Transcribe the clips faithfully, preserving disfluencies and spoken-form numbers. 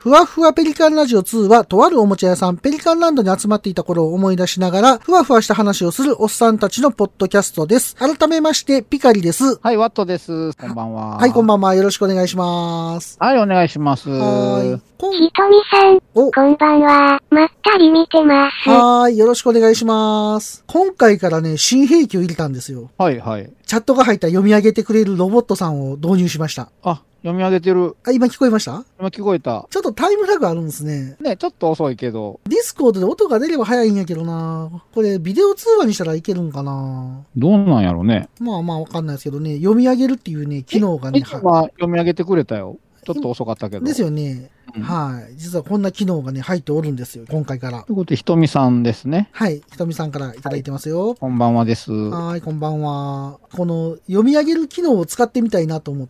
ふわふわペリカンラジオツーは、とあるおもちゃ屋さん、ペリカンランドに集まっていた頃を思い出しながら、ふわふわした話をするおっさんたちのポッドキャストです。改めまして、ピカリです。 はい、ワットです。こんばんは。 はい、こんばんは。よろしくお願いします。 はい、お願いします。 はい。 ひとみさん、こんばんは。まったり見てます。 はい、よろしくお願いします。今回からね、新兵器を入れたんですよ。 はいはい。 チャットが入った読み上げてくれるロボットさんを導入しました。 あ、読み上げてる。 あ、今聞こえました？ 今聞こえた。 ちょっとタイムラグあるんですね。 ね、ちょっと遅いけど。 ディスコードで音が出れば早いんやけどな。これビデオ通話にしたらいけるんかな。 どうなんやろね。 まあまあわかんないですけどね、読み上げるっていうね、機能がね。 今読み上げてくれたよ。ちょっと遅かったけど。 ですよね。うん、はい。実はこんな機能がね、入っておるんですよ、今回から。 ということで、ひとみさんですね。 はい。ひとみさんからいただいてますよ。はい、 こんばんはです。 はい、こんばんは。この読み上げる機能を使ってみたいなと思って、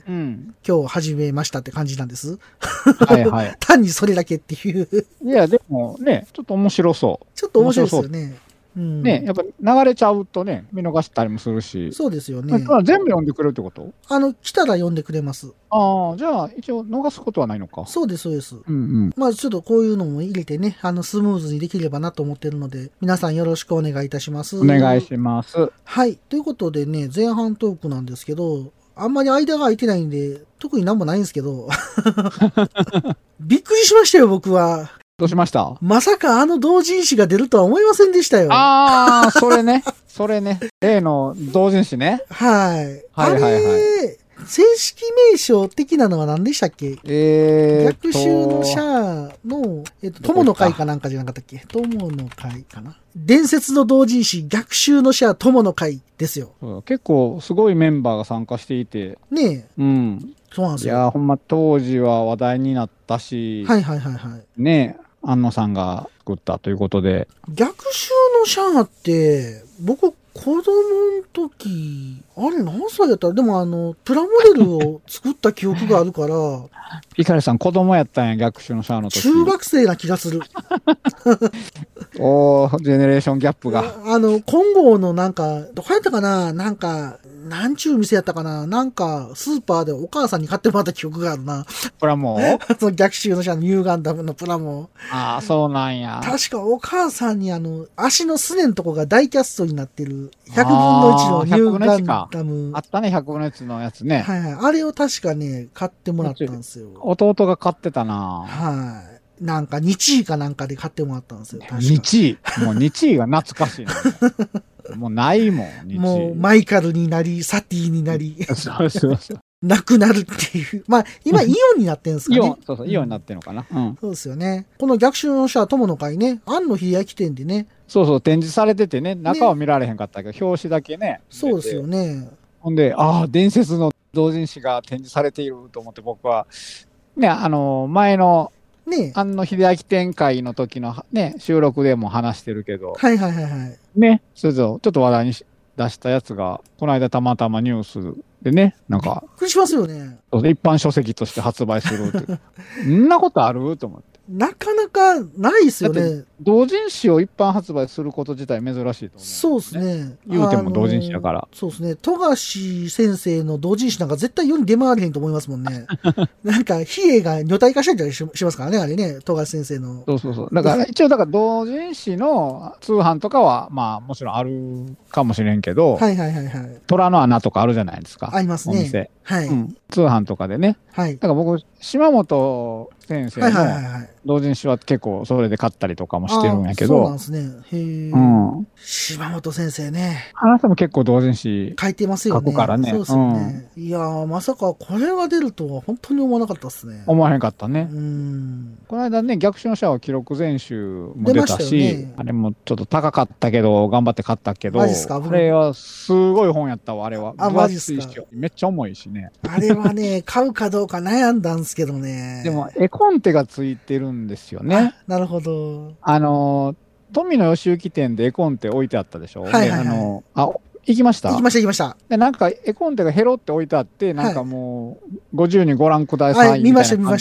うん、今日始めましたって感じなんです。 はいはい。 単にそれだけっていう。 いや、でもね、ちょっと面白そう。 ちょっと面白いですよね。 うん、ね、やっぱ流れちゃうとね、見逃したりもするし。 そうですよね。 全部読んでくれるってこと？ あの、来たら読んでくれます。 ああ、じゃあ一応逃すことはないのか。 そうです、そうです。 うんうん。 まあちょっとこういうのも入れてね、あの、スムーズにできればなと思ってるので、皆さんよろしくお願いいたします。 お願いします。 はい。ということでね、前半トークなんですけど、あんまり間が空いてないんで、特になんもないんですけど、びっくりしましたよ、僕は。 どうしました？ まさかあの同人誌が出るとは思いませんでしたよ。 ああ、それね。それね。例の同人誌ね。 はい。 はいはいはい。 正式名称的なのは何でしたっけ？えー、逆襲のシャアの、えっと、友の会かなんかじゃなかったっけ？友の会かな？伝説の同人誌、逆襲のシャア友の会ですよ。 結構すごいメンバーが参加していて。 ねえ。 うん。 そうなんですよ。 いや、ほんま当時は話題になったし。 はいはいはいはい。 ねえ。安野さんが作ったということで。 逆襲のシャアって、僕、子供の時、あれ何歳やったら、でもあの、プラモデルを作った記憶があるから。 ピカリさん子供やったんや、逆襲のシャアの時。 中学生な気がする。 おー、ジェネレーションギャップが。 あの、金剛のなんか、どこやったかななんか、なんちゅう店やったかななんか、スーパーでお母さんに買ってもらった記憶があるな。 プラモその逆襲のシャアのニューガンダムのプラモ。 ああ、そうなんや。 確かお母さんにあの、足のすねんとこがダイキャストになってる、ひゃくぶんのいちのニューガンダム。 あったね、ひゃくぶんのいちのやつね。 はいはい。あれを確かね、買ってもらったんですよ。 弟が買ってたな。 はい。なんか、日位かなんかで買ってもらったんですよ。 日位もう日位が懐かしいな。もうないもん、日位。 もう、マイカルになり、サティになり。 そうそうそう。 なくなるっていう。まあ、今、イオンになってんすかね。 イオン、そうそう、イオンになってんのかな。うん。 そうですよね。この逆襲のシャア友の会ね、庵野秀明店でね。 そうそう、展示されててね、中は見られへんかったけど、表紙だけね。 そうですよね。 ほんで、ああ、伝説の同人誌が展示されていると思って僕は、ね、あの、前の、ね、庵野秀明展開の時のね、収録でも話してるけど。 はいはいはいはい。 ね、それとちょっと話題に出したやつが、この間たまたまニュースでね、なんか。 びっくりしますよね。 一般書籍として発売するって。そんなことあると思って。 なかなかないですよね。 同人誌を一般発売すること自体珍しいと思う、ね。 そうですね。 言うても同人誌だから。 そうですね。富樫先生の同人誌なんか絶対世に出回れへんと思いますもんね。なんか、比叡が女体化したりしますからね、あれね、富樫先生の。 そうそうそう。だから一応、だから同人誌の通販とかは、まあもちろんあるかもしれんけど、 はいはいはいはい。 虎の穴とかあるじゃないですか。 ありますね。 お店。 はい、 うん。通販とかでね。 はい。 だから僕、島本先生の同人誌は結構それで買ったりとかもしてるんやけど。 そうなんですね。へえ。うん。島本先生ね。 あなたも結構同人誌書いてますよね。 書くからね。 そうですよね。うん、いやー、まさかこれが出るとは本当に思わなかったですね。 思わへんかったね。 うん。 この間ね、逆襲のシャアは記録全集も出たし、ね、あれもちょっと高かったけど、頑張って買ったけど、 マジっすか？ あれはすごい本やったわ、あれは。 あ、マジっすか？ めっちゃ重いしね。 あれはね、買うかどうか悩んだんすけどね。 でも、絵コンテがついてるんですよね。 なるほど。 あの、富野義行店で絵コンテ置いてあったでしょ。 はいはいはい、 あの、あ、行きました行きました行きました。 で、なんか絵コンテがヘロって置いてあって、なんかもう、ご自由にご覧くださいみたいな感じで。 はい、見ました見ました。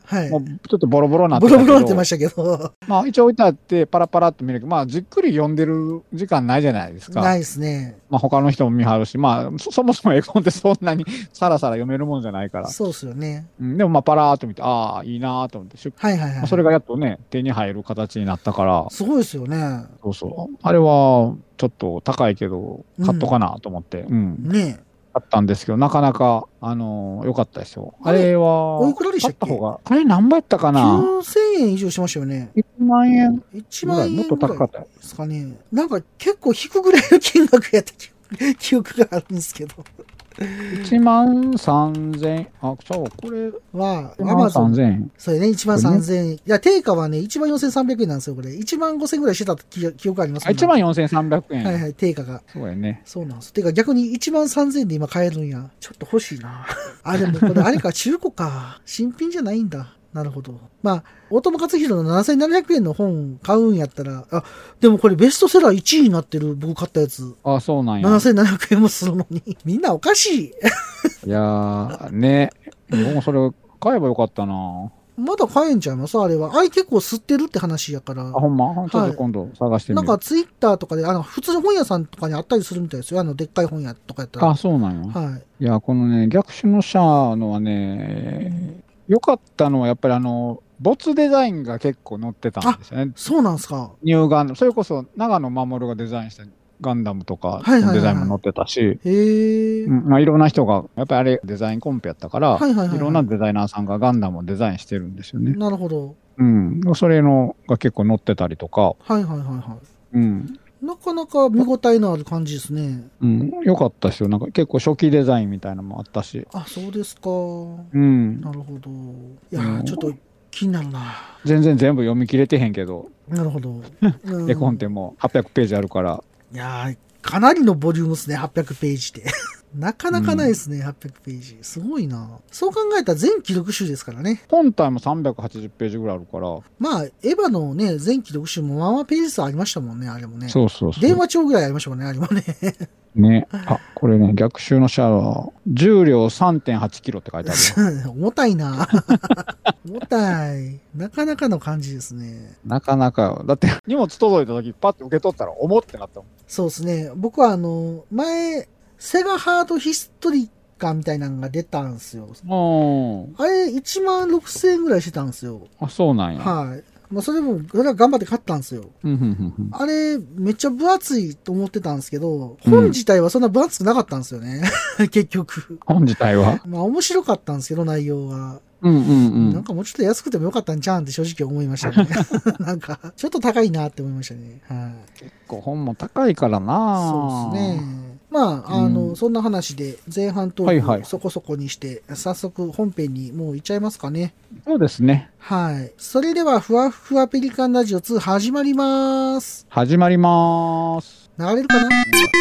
はい。 もうちょっとボロボロになってたけど。 ボロボロになってましたけど。 まあ一応置いてあってパラパラっと見るけど、まあじっくり読んでる時間ないじゃないですか。 ないですね。 まあ他の人も見張るし、まあそ, そもそも絵本ってそんなにさらさら読めるもんじゃないから。 そうですよね。 うん、でもまあパラーっと見て、ああ、いいなーと思って、 はいはいはい。まあ、 それがやっとね、手に入る形になったから。 すごいですよね。 そうそう。あれはちょっと高いけど、買っとかなと思って。うん。うん、ねえ。あったんですけど、なかなか、あのー、良かったですよ。あれは、 おいくらでしたっけ？ 買った方が、あれ何倍やったかな？ きゅうせん 円以上しましたよね。 いちまんえん。 いちまん円もっと高かったですかね。なんか結構引くぐらいの金額やった記憶があるんですけど。 いちまんさんぜんえん。あ、そう、これは、アマゾン。さんぜんえん。 そうね、いちまんさんぜんえん。いや、定価はね、いちまんよんせんさんびゃくえんなんですよ、これ。いちまんごせんぐらいしてた記記憶ありますね。 いちまんよんせんさんびゃくえん。 はいはい、定価が。 そうやね。 そうなんです。てか逆にいちまんさんぜんえんで今買えるんや。ちょっと欲しいな。あ、でもこれあれか、中古か。新品じゃないんだ。なるほど。まあ、大友克洋のななせんななひゃくえんの本買うんやったら、あ、でもこれベストセラーいちいになってる、僕買ったやつ。 あ、そうなんや。 ななせんななひゃくえんもするのに。みんなおかしい。 いやー、ね。僕もそれ買えばよかったな。 まだ買えんちゃいますあれは。あれ結構吸ってるって話やから。あ、 ほんまちょっと今度探してみる。 はい、なんかツイッターとかで、あの、普通に本屋さんとかにあったりするみたいですよ。あの、でっかい本屋とかやったら。 あ、そうなんや。 はい。 いや、このね、逆襲のシャアのはね、良かったのはやっぱりあの、没デザインが結構載ってたんですよね。 そうなんですか。 ニューガンダム。それこそ長野守がデザインしたガンダムとかのデザインも載ってたし、へえ。うん、まあいろんな人が、やっぱりあれデザインコンペやったから、はいはいはいはい、いろんなデザイナーさんがガンダムをデザインしてるんですよね。 なるほど。 うん。それのが結構載ってたりとか。 はいはいはいはい。 うん。 なかなか見応えのある感じですね。 うん。よかったですよ。なんか結構初期デザインみたいなのもあったし。 あ、そうですか。 うん。 なるほど。いや、うん、ちょっと気になるな。 全然全部読み切れてへんけど。 なるほど。 絵コンテもはっぴゃくページあるから。 いやー、かなりのボリュームですね、はっぴゃくページって。なかなかないですね、うん、はっぴゃくページ。すごいな。そう考えたら全記録集ですからね。 本体もさんびゃくはちじゅうページぐらいあるから。 まあ、エヴァのね、全記録集もまあまあページ数ありましたもんね、あれもね。 そうそうそう。 電話帳ぐらいありましたもんね、あれもね。 ね。あ、これね、逆襲のシャアは、重量 さんてんはちキロって書いてある。 重たいな。重たい。なかなかの感じですね。 なかなか。だって、荷物届いた時、パッと受け取ったら、重ってなったもん。 そうですね。僕はあの、前、セガハードヒストリカみたいなのが出たんですよ。あれ、いちまんろくせんえんぐらいしてたんですよ。 あ、そうなんや。 はい。まあ、それも、それは頑張って買ったんですよ。あれ、めっちゃ分厚いと思ってたんですけど、本自体はそんな分厚くなかったんですよね。結局。 本自体はまあ、面白かったんですけど、内容は。 うんうんうん。 なんかもうちょっと安くてもよかったんじゃんって正直思いましたね。なんか、ちょっと高いなって思いましたね。はい。 結構本も高いからな。 そうですね。まあ、あの、うん、そんな話で前半トークそこそこにして、はいはい、早速本編にもう行っちゃいますかね。 そうですね。 はい。それでは、ふわふわペリカンラジオツー始まります。 始まります。 流れるかな？流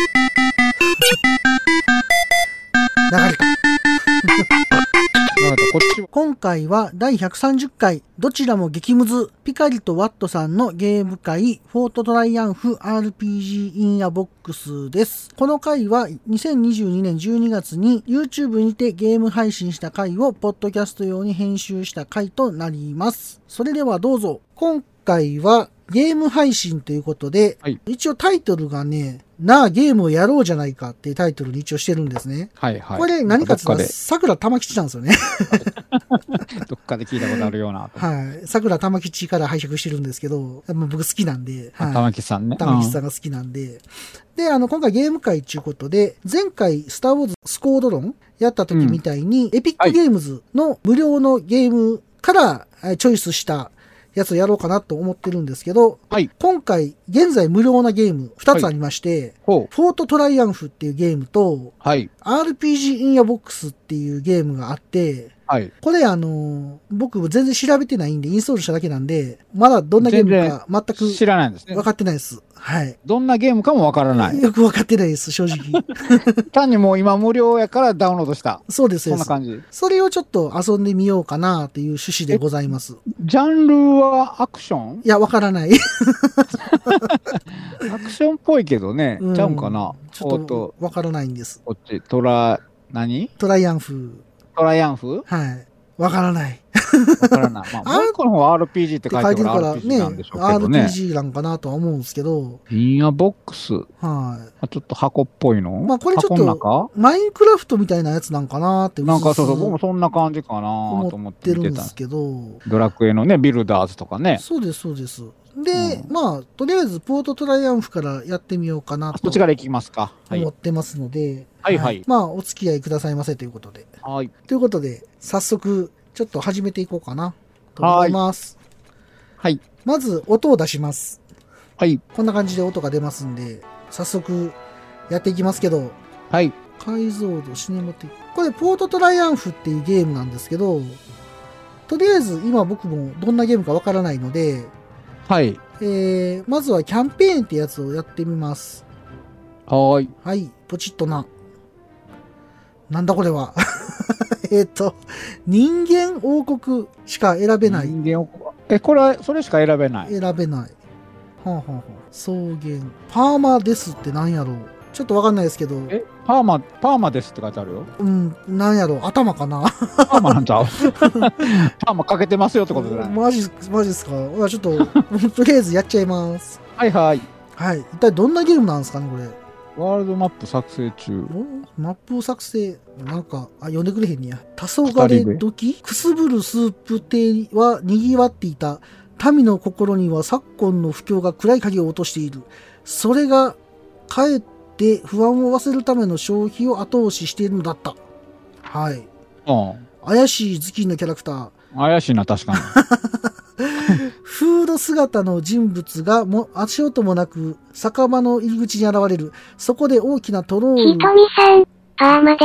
れる。今回はだいひゃくさんじゅっかい、どちらも激ムズ、ピカリとワットさんのゲーム会、フォートトライアンフ アールピージー インアボックスです。この回はにせんにじゅうにねんじゅうにがつに YouTube にてゲーム配信した回をポッドキャスト用に編集した回となります。それではどうぞ。今回はゲーム配信ということで、はい、一応タイトルがね、なあゲームをやろうじゃないかっていうタイトルに一応してるんですね。はいはい。これ何かって言ったら、桜玉吉なんですよね。 どっかで聞いたことあるような。 はい。桜玉吉から拝借してるんですけど、僕好きなんで。 はい、玉吉さんね。 玉吉さんが好きなんで。うん、で、あの、今回ゲーム会ということで、前回スターウォーズスコードロンやった時みたいに、うん、エピックゲームズの無料のゲームからチョイスしたやつをやろうかなと思ってるんですけど、はい、今回、現在無料なゲームふたつありまして、はい、フォートトライアンフっていうゲームと、はい、アールピージー インアボックスっていうゲームがあって、はい、これあのー、僕全然調べてないんでインストールしただけなんで、まだどんなゲームか全く知らないんですね。 分かってないです。はい。 どんなゲームかも分からない。 よく分かってないです、正直。 単にもう今無料やからダウンロードした。 そうです。 そんな感じ。 それをちょっと遊んでみようかなっていう趣旨でございます。 ジャンルはアクション？ いや、分からない。 アクションっぽいけどね。うん、ちゃうんかな。 ちょっと分からないんです。 こっち、トラ、何？ トライアンフ。 トライアンフ？ はい。わからない。 わからない。まあ、もう一個の方は アールピージー って書いてるから アールピージー なんでしょうけどね。 アールピージー なんかなとは思うんですけど。 インアボックス。 はい。 ちょっと箱っぽいの。 まあこれちょっと、マインクラフトみたいなやつなんかなって。 なんかそうそう、僕もそんな感じかなと思ってるんですけど。ドラクエのね、ビルダーズとかね。 そうです、そうです。で、うん、まあ、とりあえず、ポートトライアンフからやってみようかなと。 そっちから行きますか。 思ってますので。 はいはい。はい、 まあ、お付き合いくださいませということで。 はい。 ということで、早速、ちょっと始めていこうかなと思います。 はい。 まず、音を出します。 はい。 こんな感じで音が出ますんで、早速、やっていきますけど。 はい。 解像度、シネマティック。これ、ポートトライアンフっていうゲームなんですけど、とりあえず、今僕もどんなゲームかわからないので、 はい。 えー、まずはキャンペーンってやつをやってみます。 はーい。 はい、ポチッとな。なんだこれは。えっと、人間王国しか選べない。 人間王国。え、これは、それしか選べない。 選べない。はあ、はあはあ、草原。パーマですって何やろう。ちょっとわかんないですけど。 え、パーマ、パーマですって書いてあるよ。 うん、なんやろう。頭かな。 パーマなんちゃうパーマかけてますよってことじゃない。 マジ、マジですか。ちょっと、とりあえずやっちゃいます。 はいはい。 はい。一体どんなゲームなんですかね、これ。 ワールドマップ作成中。 マップを作成。なんか、あ、読んでくれへんねや。黄昏時くすぶるスープ亭は賑わっていた。民の心には昨今の不況が暗い影を落としている。それが、かえって不安を忘れるための消費を後押ししているのだった。はい。 ああ。怪しい頭巾のキャラクター。 怪しいな、確かに。 フード姿の人物がも足音もなく酒場の入り口に現れる。そこで大きなトロール。 ひとみさん、パーマです。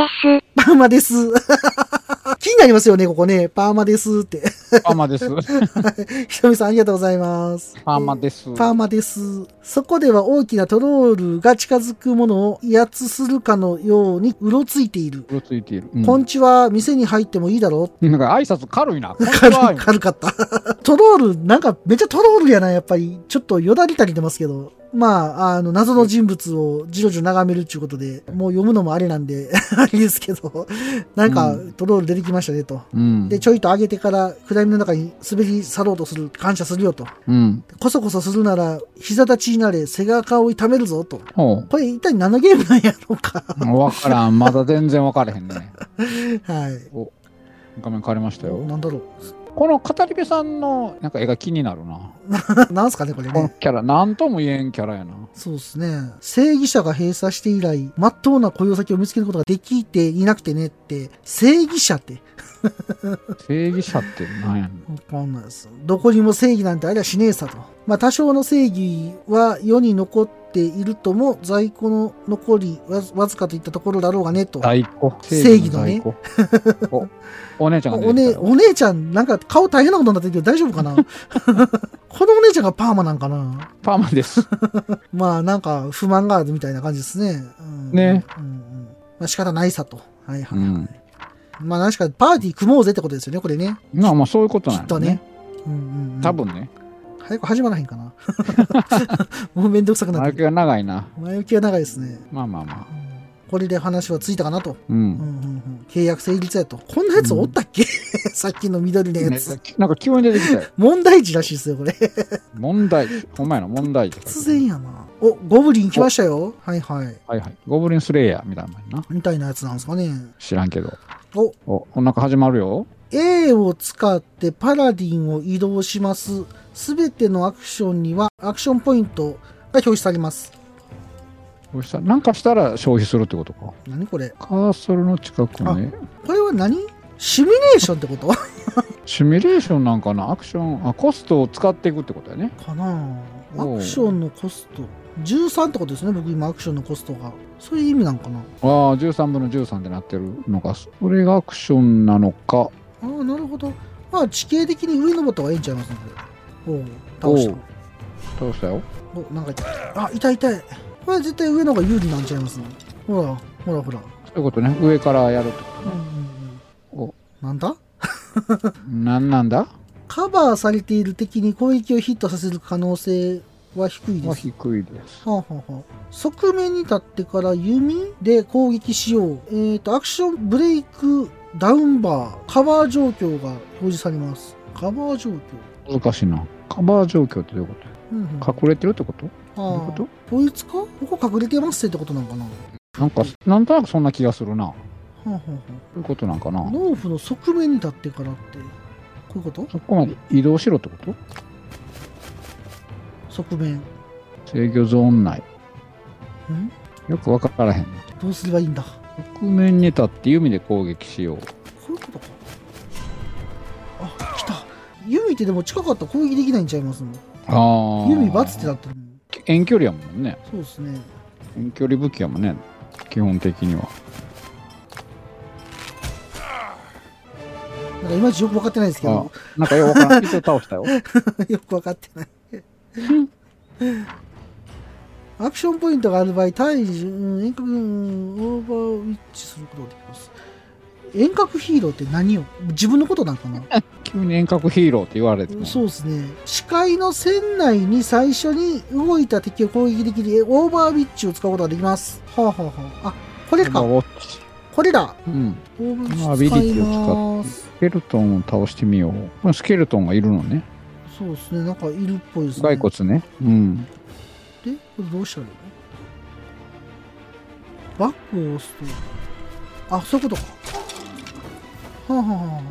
パーマです。気になりますよね、ここね。パーマですって。 パーマです。 ひとみさんありがとうございます。 パーマです。 パーマです。そこでは大きなトロールが近づくものを威圧するかのようにうろついている。 うろついている。 うん、こんちは店に入ってもいいだろう。なんか挨拶軽いな。 軽軽かった。トロール、なんかめっちゃトロールやな、やっぱり。ちょっとよだりたり出ますけど。まあ、あの、謎の人物をじろじろ眺めるっていうことで、もう読むのもあれなんで、あれですけど、なんか、トロール出てきましたねと。 うん、で、 ちょいと上げてから暗闇の中に滑り去ろうとする、感謝するよと。 うん、 こそこそするなら、膝立ちになれ、背中を痛めるぞと。これ一体何のゲームなんやろうか。 わからん。まだ全然わからへんね。 はい。 お、画面変わりましたよ。 なんだろう。 この語り部さんのなんか絵が気になるな。 なんすかね、これね。 このキャラ、なんとも言えんキャラやな。 そうですね。正義者が閉鎖して以来、まっとうな雇用先を見つけることができていなくてねって、正義者って。 正義者って何やねん。 わかんないです。どこにも正義なんてありゃしねえさと。まあ多少の正義は世に残っているとも、在庫の残りわ, わずかといったところだろうがねと。 在庫正義のね。 お, お姉ちゃんがお, ね、お姉ちゃん、なんか顔大変なことになってるけど大丈夫かな。このお姉ちゃんがパーマなんかな。 パーマです。 まあなんか不満があるみたいな感じですね。うん、 ね。 うんうん、まあ仕方ないさと。はいはい、はい。うんまあ確かパーティー組もうぜってことですよね、これね。 まあまあそういうことなんだね。きっとね。うんうんうん、 多分ね。 早く始まらへんかな。もうめんどくさくなって前置きが長いな。 前置きが長いですね。 まあまあまあ。 うん、これで話はついたかなと。 うん。うんうんうん、契約成立やと。こんなやつおったっけ、うん、さっきの緑のやつ。 ね、なんか急に出てきたよ。 問題児らしいですよ、これ。 問題児。お前の問題児。 突然やな。お、ゴブリン来ましたよ。はいはい。 はいはい。ゴブリンスレイヤーみたいなな。 みたいなやつなんですかね。 知らんけど。 お、 お、おなんか始まるよ。 A を使ってパラディンを移動します。すべてのアクションにはアクションポイントが表示されます。 なんかしたら消費するってことか。 何これ。 カーソルの近くね。 これは何？シミュレーションってこと？ シミュレーションなんかな。アクション、あ、コストを使っていくってことだよね。 かな。アクションのコスト。じゅうさんってことですね、僕今アクションのコストが。そういう意味なんかな。 ああ、じゅうさんぶんのじゅうさんってなってるのか。それがアクションなのか。 ああ、なるほど。まあ、地形的に上登った方がいいんちゃいますね、これ。おお、倒した。 倒したよ。 お、なんか痛い。あ、痛い痛い。これ絶対上の方が有利なんちゃいますね。ほら、ほらほら。 そういうことね。上からやるってことね。 うんうんうん、お、なんだなんなんだカバーされている敵に攻撃をヒットさせる可能性は低いです。 は低いです。 はあはあはあ、側面に立ってから弓で攻撃しよう。えっ、ー、と、アクションブレイクダウンバー、カバー状況が表示されます。カバー状況。 難しいな。カバー状況ってどういうこと、うんうん、隠れてるってこと？ ああ。どういうこと？こいつか？ここ隠れてますってことなんかな？ なんか、なんとなくそんな気がするな。はあはあはあ、 そういうことなんかな。 農夫の側面に立ってからって、こういうこと？ そこまで移動しろってこと？ 側面。 制御ゾーン内。 ん？ よくわからへん。 どうすればいいんだ？ 側面に立って弓で攻撃しよう。 こういうことか。あ、来た。弓ってでも近かったら攻撃できないんちゃいますの？ああ。弓バツってなってるもん。 遠距離やもんね。 そうですね。 遠距離武器やもんね。基本的には。 なんかいまいちよく分かってないですけど。 なんかよく分からん。一応倒したよ。 よく分かってない。アクションポイントがある場合、対遠隔、オーバーウィッチすることができます。遠隔ヒーローって何よ？自分のことなんかな？ 急に遠隔ヒーローって言われても。 そうですね。視界の線内に最初に動いた敵を攻撃できるオーバーウィッチを使うことができます。はあはあはあ。あ、これか。これだ。 うん。オーバーウィッチ使います。スケルトンを倒してみよう。これスケルトンがいるのね。 そうですね。なんかいるっぽいですね。 骸骨ね。うん。 で、これどうしたらいいの？バックを押すと。あ、そういうことか。はあ、はあは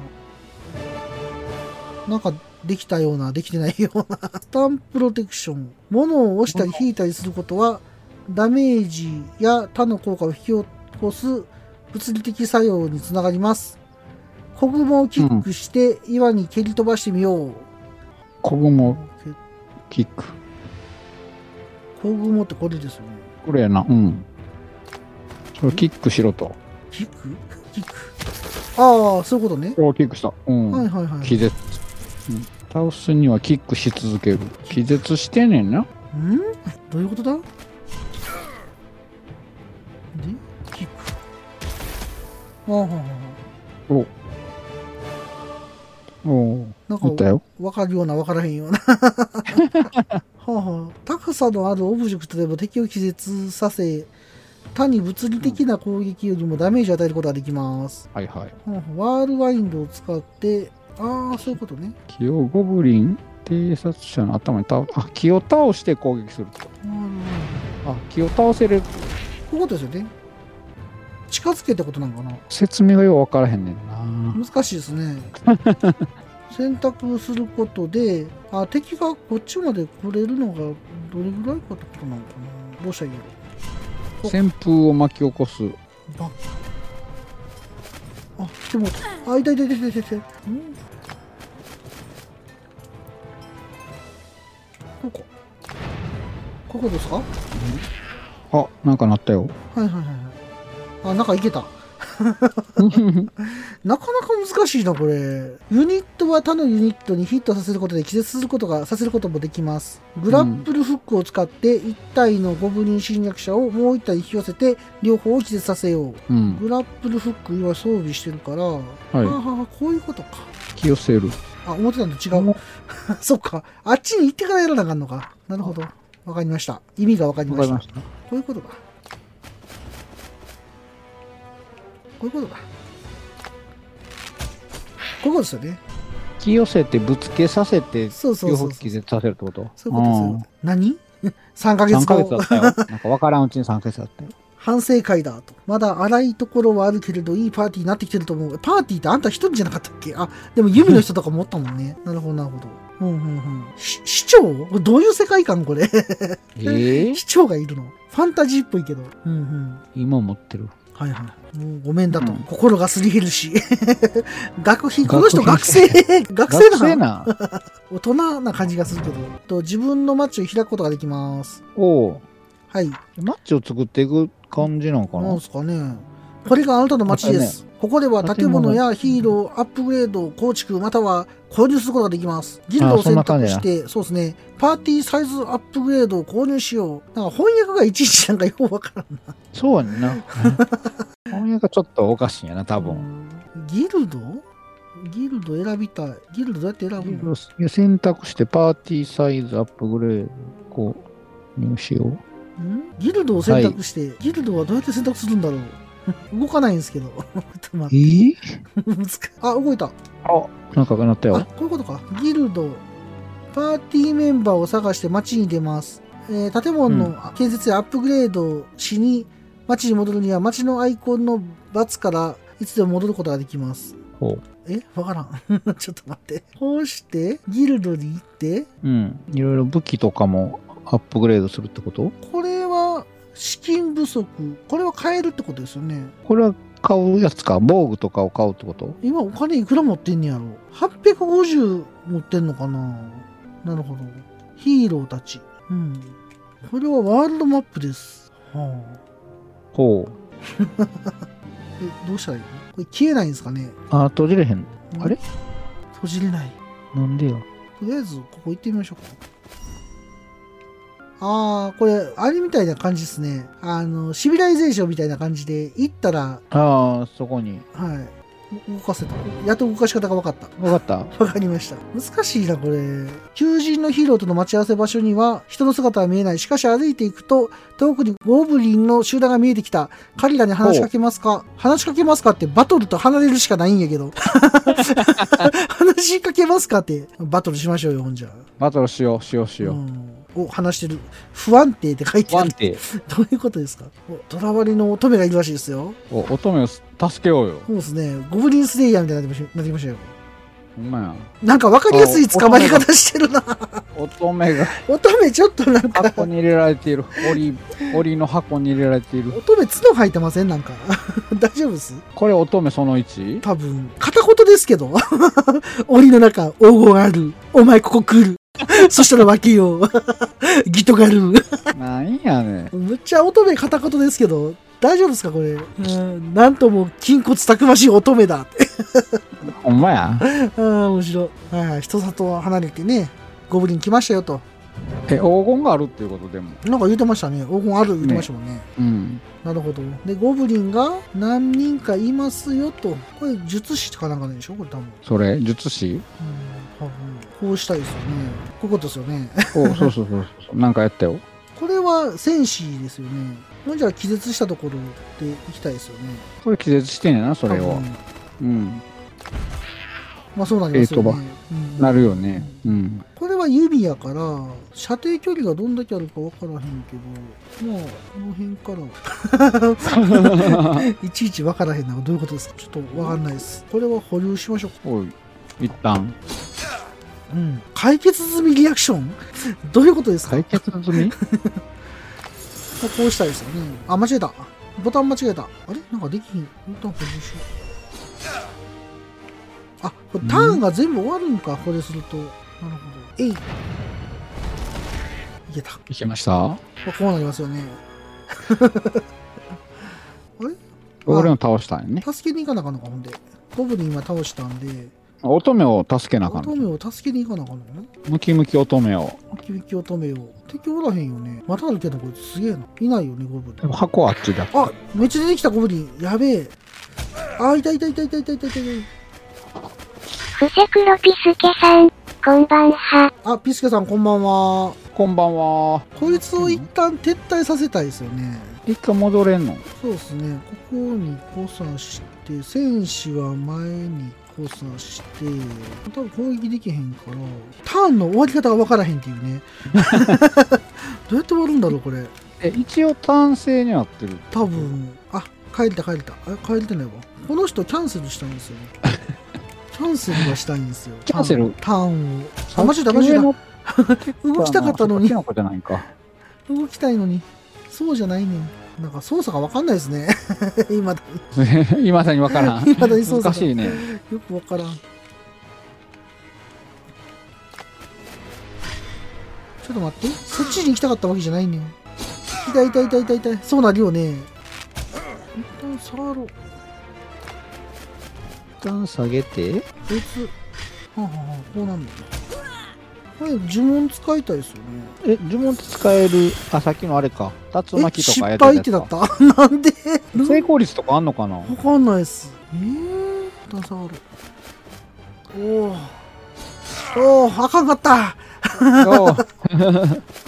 あ、なんかできたような、できてないような。スタンプロテクション。物を押したり引いたりすることは、ダメージや他の効果を引き起こす物理的作用につながります。小雲をキックして岩に蹴り飛ばしてみよう。 小雲キック。 小雲ってこれですよね。 これやな。うん。それキックしろと。 キックキック。ああ、そういうことね。 おキックした。うん。 はいはいはい。 気絶。うん、倒すにはキックし続ける。気絶してんねんな。 ん？どういうことだ？で、キック。ああ、はあ、はあ。 お。おなんか分かるような分からへんようなはあ、はあ、高さのあるオブジェクトでも敵を気絶させ単に物理的な攻撃よりもダメージを与えることができます、 うん、はいはい、 はあ、ワールワインドを使ってああそういうことね。 木をゴブリン偵察者の頭に倒あ木を倒して攻撃すると、うん、あ木を倒せるこういうことですよね。近づけってことなんかな。 説明がよう分からへんねんな。 難しいですね選択することであ敵がこっちまで来れるのがどれぐらいかってことなのかな。どうしたらいいやろ。 旋風を巻き起こす。 バッあ来てもあいたいたいたいたいたいた。うんここここですか。 あなんか鳴ったよ。 はいはいはいはい。あ、なんかいけた。なかなか難しいな、これ。ユニットは他のユニットにヒットさせることで気絶することが、させることもできます。グラップルフックを使っていち体のゴブリン侵略者をもういち体に引き寄せて両方を気絶させよう。うん、グラップルフック今装備してるから、はい、ははこういうことか。 引き寄せる。 あ、思ってたのと違う。そっか。あっちに行ってからやらなあかんのか。なるほど。わかりました。意味がわかりました。こういうことか。こういうことだ。こういうことですよね。 引き寄せてぶつけさせて両方気絶させるってこと？ そういうことですよ。何 ?さん ヶ月後。 さんかげつだったよ。なんか分からんうちにさんかげつだったよ。 反省会だと。まだ荒いところはあるけれど、いいパーティーになってきてると思う。パーティーってあんた一人じゃなかったっけ？あ、でも弓の人とかもおったもんね。なるほど、なるほど。うんうんうん。市長どういう世界観これえー、市長がいるのファンタジーっぽいけど。うんうん。 今持ってる。 はいはい。もうごめんだと。うん、心がすり減るし。学費、この人学生、学生な。学生な。大人な感じがするけど。と自分のマッチを開くことができます。 おお。はい。マッチを作っていく感じなのかな。 なんですかね。これがあなたの街です。ね、ここでは建物やヒーロー、アップグレード、構築、または購入することができます。ギルドを選択して、そうですね。パーティーサイズアップグレードを購入しよう。なんか翻訳がいちいちなんかよくわからんな。 そうやんな。翻訳がちょっとおかしいんやな、多分。 ギルドギルド選びたい。ギルドどうやって選ぶの？ 選択してパーティーサイズアップグレード購入しよう。 んギルドを選択して、はい、ギルドはどうやって選択するんだろう。 動かないんですけど。ちょっと待って。 えー、あ、動いた。 あ、なんかなったよ。 あ、こういうことか。ギルド。パーティーメンバーを探して街に出ます。えー、建物の建設やアップグレードしに、街に戻るには街のアイコンのバツからいつでも戻ることができます。 ほう。 えわからん。ちょっと待って。こうして、ギルドに行って、 うん。いろいろ武器とかもアップグレードするってこと？ これは、資金不足。これは買えるってことですよね。 これは買うやつか。防具とかを買うってこと？ 今お金いくら持ってんねやろ。はっぴゃくごじゅう持ってんのかな。なるほど。ヒーローたち。うん。これはワールドマップです。はあ。 ほう。 え、どうしたらいいの？これ消えないんですかね？ あ、閉じれへん。あれ？ 閉じれない。 なんでよ。 とりあえず、ここ行ってみましょうか。ああ、これ、あれみたいな感じですね。あの、シビライゼーションみたいな感じで、行ったら、 ああ、そこに。 はい。動かせた。やっと動かし方が分かった。 分かった分かりました。難しいな、これ。求人のヒーローとの待ち合わせ場所には、人の姿は見えない。しかし歩いていくと、遠くにゴブリンの集団が見えてきた。彼らに話しかけますか？話しかけますかって、バトルと離れるしかないんやけど。話しかけますかって、バトルしましょうよ、ほんじゃ。 バトルしよう、しよう、しよう。うんを話してる。不安定って書いてある。不安定。どういうことですか？ドラ割りの乙女がいるらしいですよ。 お、乙女を助けようよ。 そうですね。ゴブリンスレイヤーみたいになってましたよ。 ほんまや。 なんか分かりやすい捕まり方してるな。 乙女が。 乙女ちょっとなんか。 箱に入れられている。檻、檻の箱に入れられている。 乙女角生えてません？なんか。大丈夫です？ これ乙女そのいち？ 多分。片言ですけど。檻の中、黄金ある。お前ここ来る。そしたら分けよう。ギトガル。 なんやねん。 むっちゃ乙女片言ですけど、大丈夫ですかこれ。うん、なんとも筋骨たくましい乙女だって。 ほんまや。 ああ、面白い。はいはい。人里離れてね、ゴブリン来ましたよと。 え、黄金があるっていうことでも。 なんか言ってましたね。黄金ある言ってましたもんね。ね、 うん。 なるほど。で、ゴブリンが何人かいますよと。これ、術師かなんかでしょこれ多分。 それ、術師？ うん、多分。こうしたいですよね。こういうことですよね。 お、そうそうそうそう。なんかやったよ。 これは戦士ですよね。もうじゃあ気絶したところで行きたいですよね。 これ気絶してんやな、それは。うん。 まあそうなりますよね。 うん、なるよね。うん。 これは指やから、射程距離がどんだけあるか分からへんけど、まあ、この辺から、いちいち分からへんのはどういうことですか？ちょっと分かんないです。これは保留しましょう。 おい、一旦。 うん。解決済みリアクションどういうことですか？ 解決済みこうしたいですよね。あ、間違えた。ボタン間違えた。あれなんかできひん。ボタン保留しよう。あ、これターンが全部終わるんか、これすると。なるほど。えい。いけた。 いけました？こうなりますよね。あれ俺の倒したんやね。 助けに行かなあかんのか、ほんで。ゴブリン今倒したんで。 乙女を助けなあかんの。 乙女を助けに行かなあかんのかな。 ムキムキ乙女を。 ムキムキ乙女を。敵おらへんよね。またあるけど、こいつすげえな。いないよね、ゴブリン。 でも箱あっちだ。 あ、めっちゃ出てきた、ゴブリン。やべえ。あ、いたいたいたいたいたいたいたいた。 ふせくろピスケさん、こんばんは。 あ、ピスケさん、こんばんは。 こんばんは。 こいつを一旦撤退させたいですよね。 一回戻れんの？ そうですね。ここに誤差して、戦士は前に誤差して、多分攻撃できへんから、ターンの終わり方が分からへんっていうね。どうやって終わるんだろう、これ。 え、一応ターン制になってる。 多分、あ、帰れた帰れた。あ、帰れてないわ。この人キャンセルしたいんですよね。キャンセルはしたいんですよ。 キャンセルターンを。あ、間違えた間違えた。動きたかったのに。 じゃないか。 動きたいのに。そうじゃないねん。なんか操作がわかんないですね。今だに。今だにわからん。 今だに操作難しいね。 よくわからん。ちょっと待って。そっちに行きたかったわけじゃないねん。痛い痛い痛い痛い痛い。そうなるよね。一旦下がろう。 一旦下げて。 別。はあ、はあ、こうなんだ。これ呪文使いたいですよね。 え、呪文って使える、あ、さっきのあれか。竜巻とかやったやつ失敗ってだったなんで成功率とかあんのかな？ わかんないです。えー、一旦下がる。おー。おー、あかんかった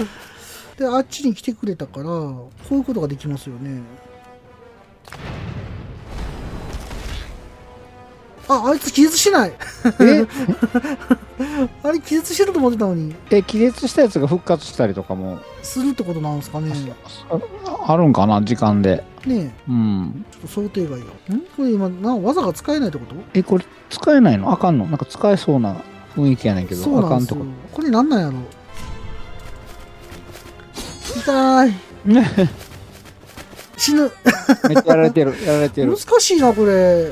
で、あっちに来てくれたから、こういうことができますよね。 あ、あいつ気絶しない。 えあれ気絶してると思ってたのに。 え、気絶したやつが復活したりとかもするってことなんですかね。 あるんかな、時間で。 ねえ。 うん。 ちょっと想定外よ。んこれ今、な技が使えないってこと？ え、これ使えないの？あかんの？なんか使えそうな雰囲気やねんけど、 そうなんですよ。これなんなんやろ。痛い。死ぬ。 めっちゃやられてる、やられてる。 難しいな、これ。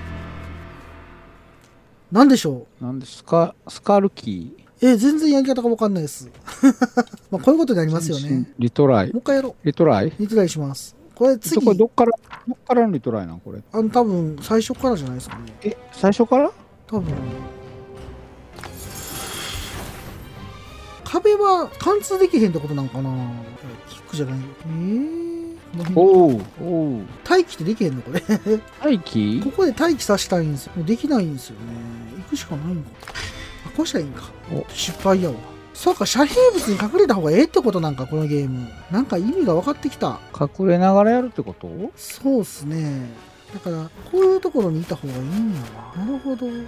なんでしょう。なんでスカ、スカルキー。 え、全然やり方がわかんないです。まあ、こういうことになりますよね。 リトライ。 もう一回やろう。 リトライリトライします。これ次。 これどっから、どっからのリトライなんこれ。 あの、多分、最初からじゃないですかね。 え、最初から多分。壁は貫通できへんってことなんかな。キックじゃない。えーおうおう待機ってできへんのこれ。 待機ここで待機させたいんですよ。できないんですよね。行くしかないんか。あ、こうしたらいいんか。失敗やわ。そうか、遮蔽物に隠れた方がええってことなんか、このゲーム。なんか意味が分かってきた。 隠れながらやるってこと？ そうっすね。だから、こういうところにいた方がいいんやわ。なるほど。だ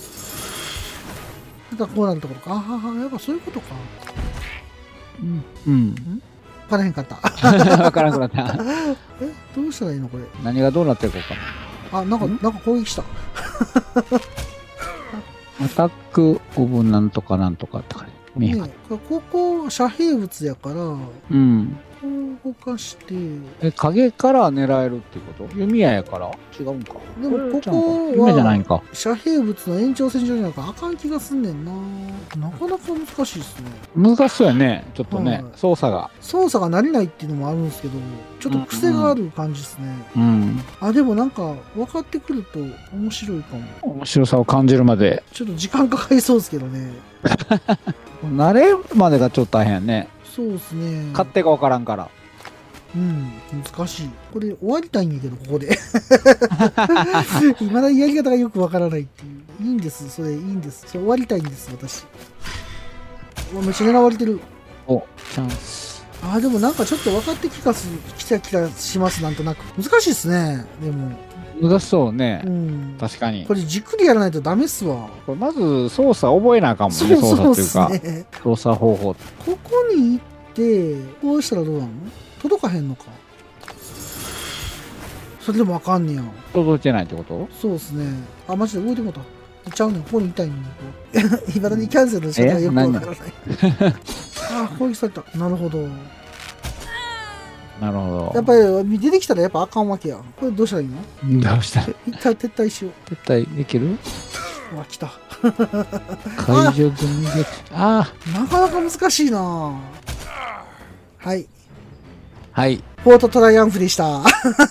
からこうなるところか。あはは、やっぱそういうことか。 うん。うん。 分からへんかった。 分からんくなった。 え、どうしたらいいのこれ。 何がどうなってるかかな。あ、なんか、んなんか攻撃した。 アタックオブなんとかなんとかって感じ。 ね、ここ遮蔽物やから、 うん。 こう動かして、 え、影から狙えるってこと？弓矢やから違うんか。 でもここ弓矢じゃないんか。 遮蔽物の延長線上になんかあかん気がすんねんな。なかなか難しいですね。 難しそうやね。ちょっとね、はい、操作が。 操作が慣れないっていうのもあるんですけど、ちょっと癖がある感じですね。 うん、うん。 あ、でもなんか分かってくると面白いかも。 面白さを感じるまで。 ちょっと時間かかりそうですけどね。 慣れるまでがちょっと大変やね。 そうですね。 勝手が分からんから。 うん、難しい。これ終わりたいんやけど、ここで。いまだにやり方がよくわからないっていう。いいんです、それいいんです。それ終わりたいんです、私。うわ、めっちゃ狙われてる。 お、チャンス。 ああ、でもなんかちょっと分かってきたす、きた気がします、なんとなく。難しいですね、でも。 難しそうね。 うん。 確かに。 これじっくりやらないとダメっすわ。 これまず操作覚えなあかんもんね、操作っていうか。ね、操作方法。 ここに行って、こうしたらどうなの？届かへんのか。それでもあかんねや。 届いてないってこと？ そうですね。あ、マジで動いてもうた。ちゃうねん、ここにいたいねん。いまだにキャンセルの仕方がよくわからない。あ、攻撃された。なるほど。 なるほど。 やっぱり出てきたらやっぱあかんわけや。これどうしたらいいの？ どうしたら一回撤退しよう。 撤退できる？ うわ、来た。 解除済みで。ああ。なかなか難しいな。はい。 はい。 ポートトライアンフでした。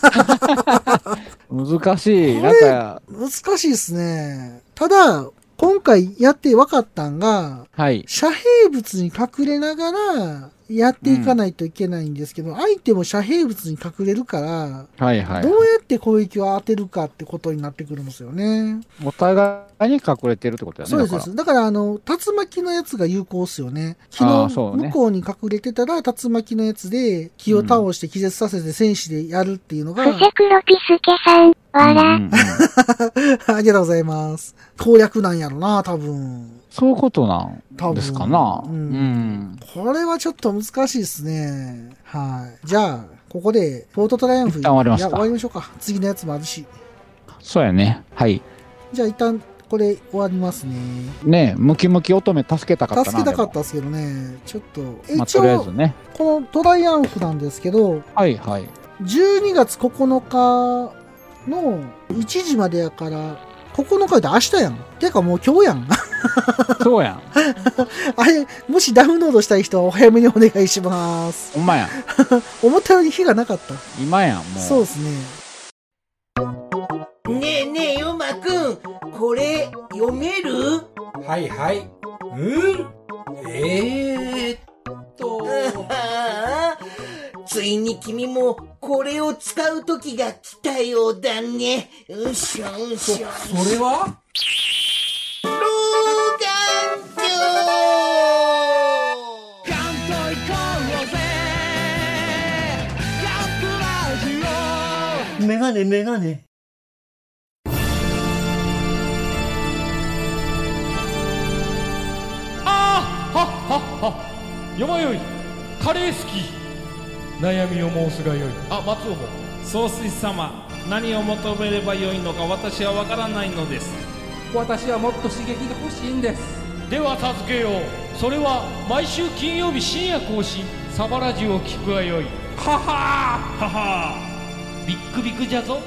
難しい。なんか。 難しいですね。ただ、今回やって分かったんが、 はい。 遮蔽物に隠れながらやっていかないといけないんですけど、うん、相手も遮蔽物に隠れるから、 はいはい。 どうやって攻撃を当てるかってことになってくるんですよね。 お互いに隠れてるってことやね。 そうです。だから、あの、竜巻のやつが有効っすよね。木の向こうに隠れてたら、竜巻のやつで木を倒して気絶させて戦士でやるっていうのが。 ふせくろぴすけさん、わら。ありがとうございます。攻略なんやろな、多分。 そういうことなんですかな。うん。うん、 これはちょっと難しいですね。はい。じゃあ、ここで、ポートトライアンフ。 一旦終わりますか。 いや、終わりましょうか。次のやつもあるし。 そうやね。はい。 じゃあ、一旦、これ終わりますね。 ねえ、ムキムキ乙女助けたかったな。 助けたかったですけどね。ちょっと。 まあ、とりあえずね。 このトライアンフなんですけど、 はいはい。 じゅうにがつここのかのいちじまでやから、ここのかで明日やん。てかもう今日やん。 そうやん。 あれ、もしダウンロードしたい人はお早めにお願いします。 ほんまやん。 思ったより日がなかった。 今やん、もう。 そうですね。 ねえねえ、ヨマくん、これ、読める？ はいはい。うんえーっと。 ついに君も、これを使う時が来たようだね。うしょうしょ。 そ、それは？ 老眼鏡！ ガンと行こうぜ。ガンプラジオ。 メガネメガネ。 よまよいカレー好き悩みを申すがよい。あ、松尾も。 総帥様、何を求めればよいのか私は分からないのです。 私はもっと刺激が欲しいんです。 では助けよう。それは毎週金曜日深夜更新サバラジュを聞くがよい。 ははーははービックビックじゃぞ。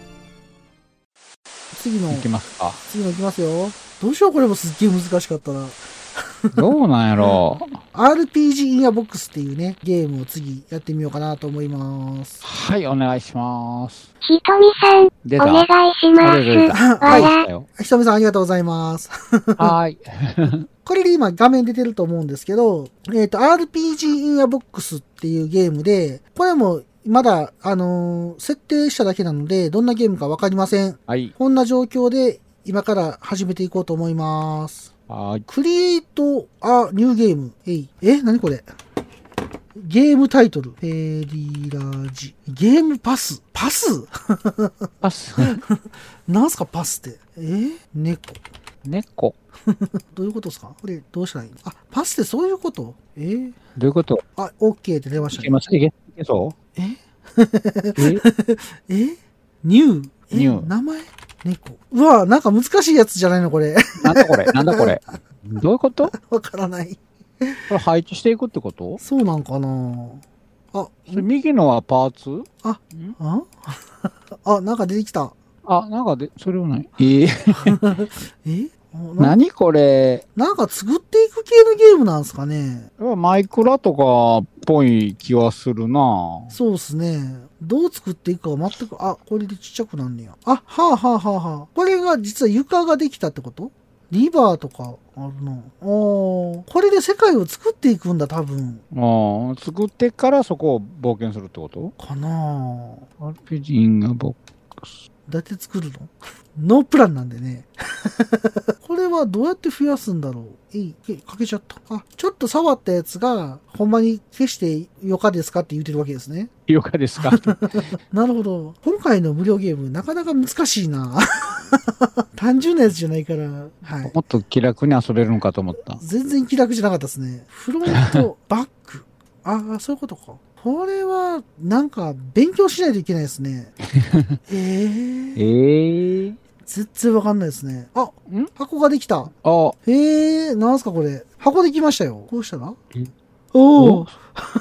次のいきますか。 次のいきますよ。どうしよう、これもすっげえ難しかったな。 どうなんやろう。 アールピージー インアボックスっていうね、ゲームを次やってみようかなと思います。 はい、お願いします。 ひとみさん、 出た。 お願いします。 はい。ひとみさんありがとうございます。 はい。 これで今画面出てると思うんですけど、えっと、アールピージー インアボックスっていうゲームで、これもまだ、あのー、設定しただけなので、どんなゲームかわかりません。 はい。 こんな状況で今から始めていこうと思います。 はい。 クリエイト、あ、ニューゲーム。えい。え、なにこれ？ゲームタイトル。ペリラジ。ゲームパス。パスパス。 なんすかパスって。え猫。 猫。 どういうことですか？これどうしたらいいの？あ、パスってそういうこと？えどういうこと？ あ、OK って出ましたね。 いけます？いけ、いけそうえええニューえニュー名前猫。うわ、なんか難しいやつじゃないのこれ。 なんだこれなんだこれどういうこと？ わからない。 これ配置していくってこと？ そうなんかなあ、 それ右のはパーツ？ あ、ああ、なんか出てきた。 あ、なんかで、それはない。えー、 え何これ？ なんか作っていく系のゲームなんですかね。 マイクラとかっぽい気はするな。 そうですね。どう作っていくか全く、あ、これでちっちゃくなんねや。あ、はあはあはあはあ。これが実は床ができたってこと？リバーとかあるな。おー、これで世界を作っていくんだ、多分。 ああ、作ってからそこを冒険するってことかなぁ。 アールピージー インアボックス。 どうやって作るの？ノープランなんでね。これはどうやって増やすんだろう？えい、え、かけちゃった。あ、ちょっと触ったやつが、ほんまに消してよかですかって言ってるわけですね。 よかですかなるほど。今回の無料ゲーム、なかなか難しいな。単純なやつじゃないから、はい。 もっと気楽に遊べるのかと思った。 全然気楽じゃなかったですね。フロント、バック。ああ、そういうことか。これは、なんか、勉強しないといけないですね。えー、 えー、 全然わかんないですね。あ、 ん箱ができた。 あ、 へえ、なんすかこれ。箱できましたよ。こうしたらおおお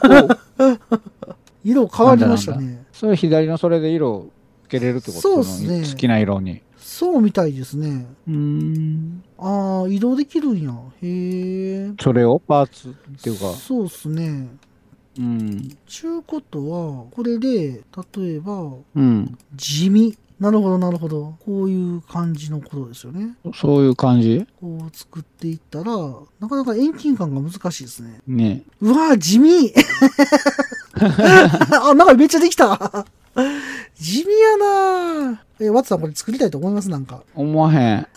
色変わりましたね。 それ左のそれで色つけれるってこと？ そうですね。 好きな色に。 そうみたいですね。 うーん。 ああ、移動できるんや。へえ。 それをパーツっていうか。 そうっすね。 うん。 ちゅうことは、これで、例えば、 うん。 地味。なるほど、なるほど。こういう感じのことですよね。 そういう感じ？ こう作っていったら、なかなか遠近感が難しいですね。 ねうわぁ、地味あ、なんかめっちゃできた地味やなぁ。え、ワッツさんこれ作りたいと思います？なんか。 思わへん。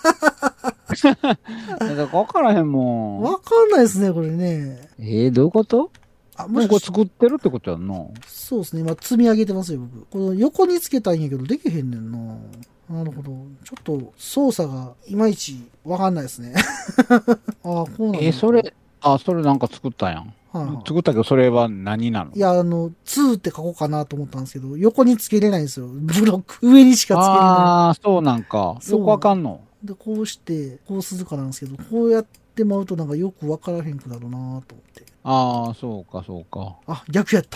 なんか分からへんもん。 わかんないですね、これね。 えー、どういうこと？ あ、 もうこれ作ってるってことやんな。 そうですね。今積み上げてますよ、僕。この横につけたいんやけど、できへんねんな。なるほど。ちょっと操作がいまいちわかんないですね。あ、こうなんだ。 えー、それ、あ、それなんか作ったやん。はいはい、作ったけど、それは何なの？ いや、あの、ツーって書こうかなと思ったんですけど、横につけれないんですよ。ブロック。上にしかつけれない。 ああ、そうなんか。よくわかんの。 で、こうして、こうするかなんですけど、こうやってまうとなんかよくわからへんくなるなと思って。 ああ、そうか、そうか。 あ、逆やった。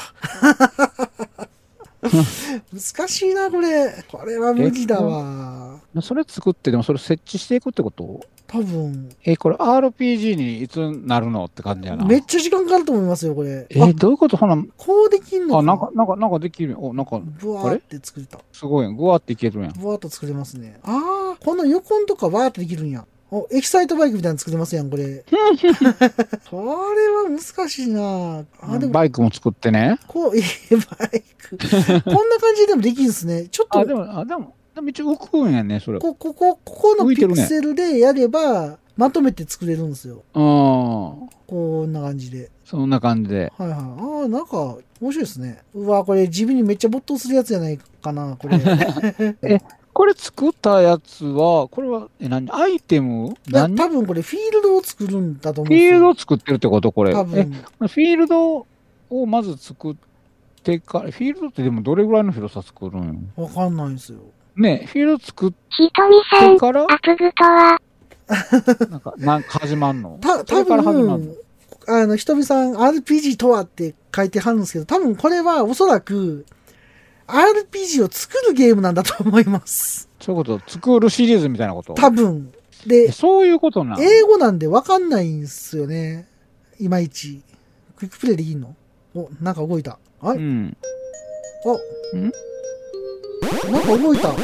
難しいな、これ。これは無理だわ。 それ作って、でもそれ設置していくってこと？ 多分。 え、これ アールピージー にいつなるのって感じやな。 めっちゃ時間かかると思いますよ、これ。 え、どういうこと？ほな、 こうできんのか？ あ、なんか、なんか、なんかできる。お、なんか、 ブワーって作れた。 すごいやん。ぐわーっていけるやん。 ブワーっと作れますね。ああ、この横んとかワーってできるんや。お、エキサイトバイクみたいなの作れますやん、これ。これは難しいなあ、でも。バイクも作ってね。 こう、え、バイク。こんな感じでもできるんですね。ちょっと。 あ、でも、あ、でも、でも一応浮くんやね、それ。 こ、ここ、ここのピクセルでやれば、まとめて作れるんですよ。 うん。 こんな感じで。 そんな感じで。 はいはい。ああ、なんか、面白いですね。うわ、これ地味にめっちゃ没頭するやつじゃないかな、これ。 え、 これ作ったやつは、これは、え、何アイテム何多分これフィールドを作るんだと思う。 フィールドを作ってるってことこれ。 多分。 え、フィールドをまず作ってから、フィールドってでもどれぐらいの広さ作るんわかんないんですよ。 ね、フィールド作ってひとみさん、アプグとはなんか、なんか始まんのた、多分、あの、ひとみさん アールピージー とはって書いてはるんですけど、多分これはおそらく、アールピージー を作るゲームなんだと思います。 そういうこと、作るシリーズみたいなこと多分。で、 そういうことな。 英語なんでわかんないんですよね。いまいち。クイックプレイできんの？お、なんか動いた。あれ？うん。あ、ん？なんか動いた。ち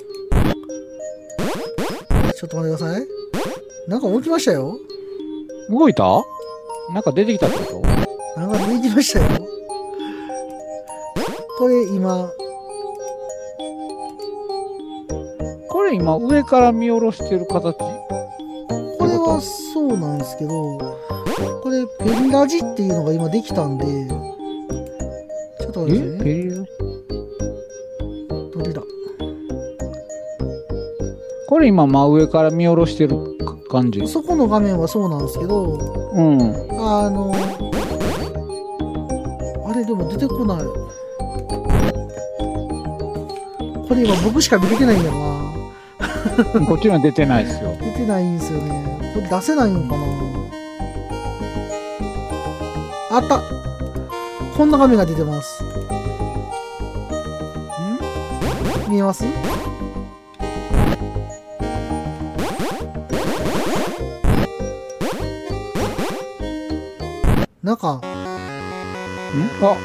ょっと待ってください。なんか動きましたよ。 動いた？なんか出てきたってこと？ なんか出てきましたよ。これ今、 これ今上から見下ろしてる形？ これはそうなんですけど、これペリラジっていうのが今できたんで、ちょっと待ってね。え？ペリラジ？どれだ？ これ今真上から見下ろしてる感じ？ そこの画面はそうなんですけど、うん。あの、あれでも出てこない。これ今僕しか見れてないんだな。 こっちには出てないですよ。 出てないんですよね。これ出せないのかな。あった。こんな画面が出てます。ん？見えます？なんか、ん？ あ、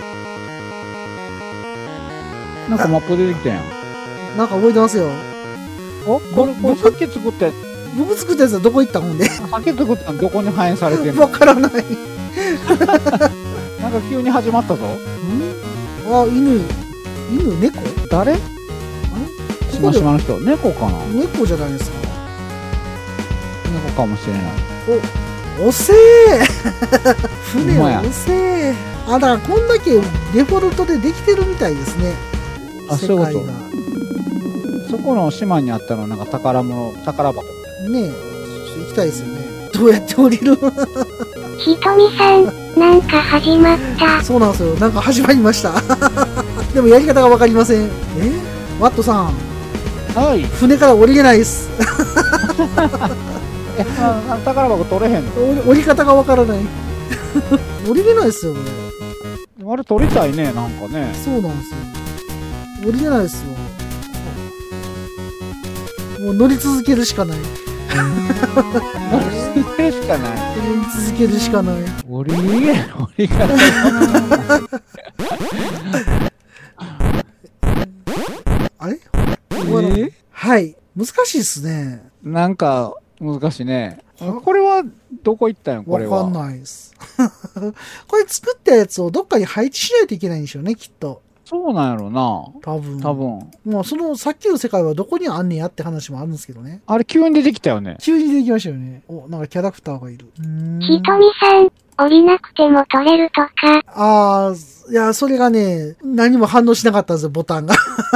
なんかマップ出てきたやん。 なんか動いてますよ。 お、これ、これさっき作ったやつ。 僕作ったやつはどこ行ったもんで。 さっき作ったのどこに反映されてんの？ わからない。 なんか急に始まったぞ。ん？ あ、犬。犬、猫？ 誰？あれ？しましまの人。猫かな？ 猫じゃないですか。 猫かもしれない。 お、遅え船は遅え。あ、だからこんだけデフォルトでできてるみたいですね。 あ、そういうこと。そこの島にあったのなんか宝物、宝箱。 ねえ、行きたいですよね。どうやって降りる？ ひとみさん、なんか始まった。 そうなんですよ。なんか始まりました。でもやり方がわかりません。え？ワットさん。 はい。 船から降りれないです。 え、あ、宝箱取れへんの？ 降り方がわからない。降りれないですよね。 あれ取りたいね、なんかね。 そうなんですよ。降りれないですよ。もう乗り続けるしかない。 乗り続けるしかない。 乗り続けるしかない。 降りれ、降り方。 あれ？えー、はい。難しいっすね。 なんか、難しいね。これは、どこ行ったのこれは。 わかんないです。これ作ったやつをどっかに配置しないといけないんでしょうね、きっと。 そうなんやろな。 多分。 多分。 もうそのさっきの世界はどこにあんねやって話もあるんですけどね。 あれ急に出てきたよね。 急に出てきましたよね。お、なんかキャラクターがいる。 ひとみさん、降りなくても取れるとか。 ああ、いや、それがね、何も反応しなかったんですよ、ボタンが。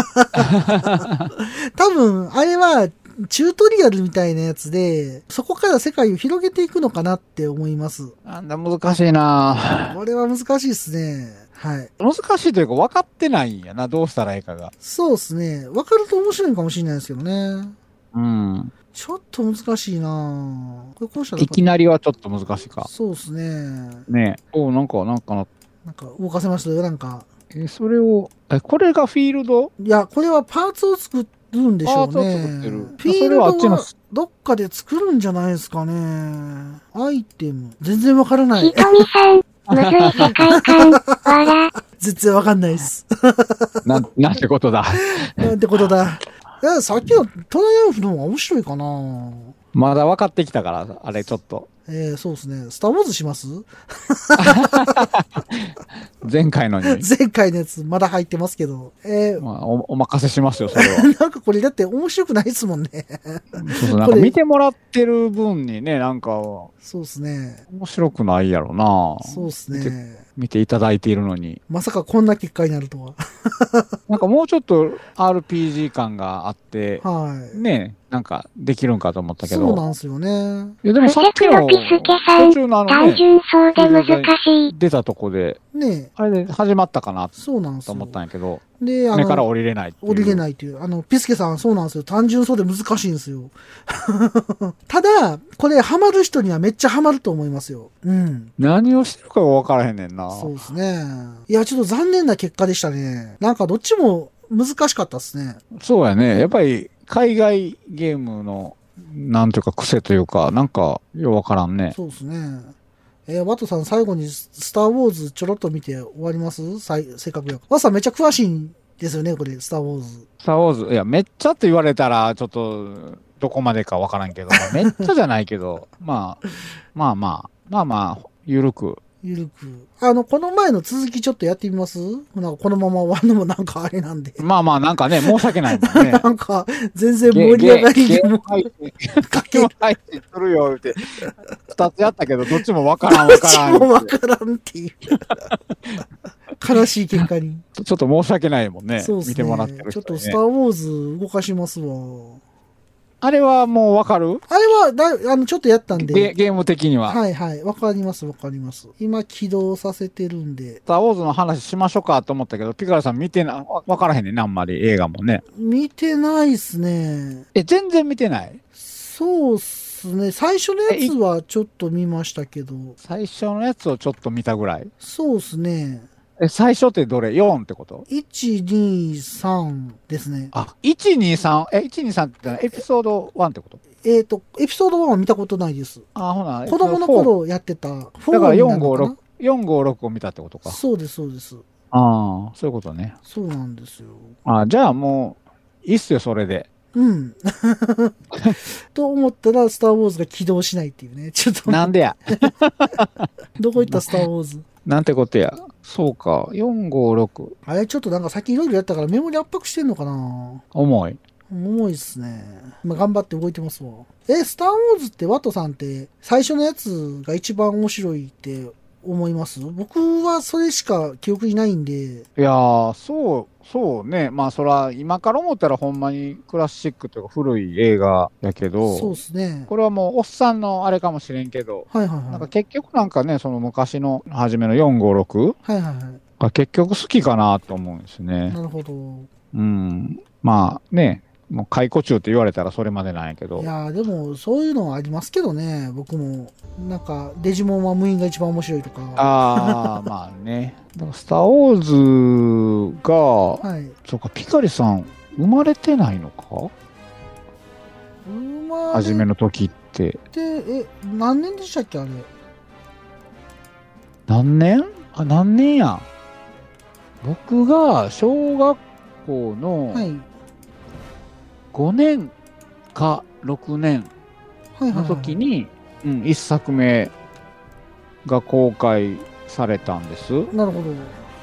多分、あれは、チュートリアルみたいなやつで、そこから世界を広げていくのかなって思います。 なんだ、難しいな。 これは難しいですね。はい。 難しいというか分かってないんやな、どうしたらいいかが。 そうですね。分かると面白いかもしれないですけどね。 うん。 ちょっと難しいなこれこうしたらいきなりはちょっと難しいか。 そうですね。 ねえ。おなんか、なんかな。 なんか動かせましたよ、なんか。 え、それを、え、これがフィールド？ いや、これはパーツを作るんでしょうね。 パーツを作ってる。 フィールドはどっかで作るんじゃないですかね。アイテム。全然わからない。 ひとみさん、むずい世界観、わら。 全然わかんないです。 な、なんてことだ。 なんてことだ。いや、さっきのトライアンフの方が面白いかな。 まだ分かってきたから、あれちょっと。 えー、そうですね。スターウォーズします前回のに。 前回のやつ、まだ入ってますけど。えー、 まあお、お任せしますよ、それは。 なんかこれだって面白くないですもんね。 そうそう、なんか見てもらってる分にね、なんか、 そうですね。 面白くないやろな。 そうですね。 見ていただいているのに。 まさかこんな結果になるとは。 なんかもうちょっと アールピージー 感があって、 はい。 ね、なんかできるんかと思ったけど。 そうなんですよね。 いやでもさっきの途中のあの、ね、 単純そうで難しい。 出たとこで、 ね、 あれで始まったかなと思ったんやけど、 で、 あの、目から降りれない降りれないっていう。あの、ピスケさんそうなんですよ。単純そうで難しいんですよ。ただ、これハマる人にはめっちゃハマると思いますよ。うん。 何をしてるか分からへんねんな。 そうですね。いや、ちょっと残念な結果でしたね。なんかどっちも難しかったですね。 そうやね。やっぱり海外ゲームの、なんていうか癖というか、なんかよう分からんね。 そうですね。えー、ワトさん最後にスターウォーズちょろっと見て終わりますさいせっかくや。ワトさんめっちゃ詳しいんですよね、これ、スターウォーズ。 スターウォーズ、いや、めっちゃって言われたら、ちょっと、どこまでか分からんけど、まあ、めっちゃじゃないけど、まあ、まあまあ、まあまあ、ゆるく。 ゆるく。あの、この前の続きちょっとやってみますなんかこのまま終わるのもなんかあれなんで。 まあまあ、なんかね、申し訳ないもんね。 なんか、全然盛り上がりでも。 ゲーム配信するよ、って。二つやったけど、どっちも分からん分からん。 どっちも分からんっていう。悲しい結果に。 ちょっと申し訳ないもんね。 そうですね。 見てもらってる人、ね。 ちょっとスターウォーズ動かしますわ。 あれはもうわかる？ あれはだ、あの、ちょっとやったんで。 ゲ、ゲーム的には。 はいはい。わかります、わかります。今起動させてるんで。 スターウォーズの話しましょうかと思ったけど、ピカルさん見てな、わからへんねんな、あんまり映画もね。 見てないっすね。 え、全然見てない？ そうっすね。最初のやつはちょっと見ましたけど。 最初のやつをちょっと見たぐらい？ そうっすね。 え、最初ってどれ？ よん ってこと？ いち、に、さんですね。 あ、いち、に、さん、え、いち、に、さんってエピソードワンってこと？ えっと、エピソードワンは見たことないです。 あ、ほな。 子供の頃やってた。 だからよん、ご、ろく、よん、ご、ろくを見たってことか。 そうです、そうです。 ああ、そういうことね。 そうなんですよ。 あ、じゃあもう、いいっすよ、それで。 うん。と思ったら、スター・ウォーズが起動しないっていうね。ちょっと。 なんでや。 どこ行ったスター・ウォーズ。 なんてことや。そうか。よん、ご、ろく。 あれ、ちょっとなんかさっきいろいろやったからメモリ圧迫してんのかな？ 重い。 重いっすね。まあ、頑張って動いてますわ。え、スター・ウォーズってワトさんって最初のやつが一番面白いって思います？僕はそれしか記憶にないんで。 いやー、そう、そうね。まあそら、今から思ったらほんまにクラシックというか古い映画やけど。 そうですね。 これはもうおっさんのあれかもしれんけど。 はいはいはい。 なんか結局なんかね、その昔の初めのよん、ご、ろく。 はいはいはい。 が結局好きかなと思うんですね。 なるほど。 うん。まあね。もう解雇中って言われたらそれまでなんやけど。 いやーでもそういうのはありますけどね、僕も。なんか、デジモンは無印が一番面白いとか。 ああ、まあね。だからスター・ウォーズが、はい、そうか、ピカリさん、生まれてないのか？ 生まれ初めの時って。 で、え、何年でしたっけ、あれ。 何年？あ、何年や。僕が小学校の、はい、ごねんかろくねんの時に、うん、いっさくめが公開されたんです。 なるほど。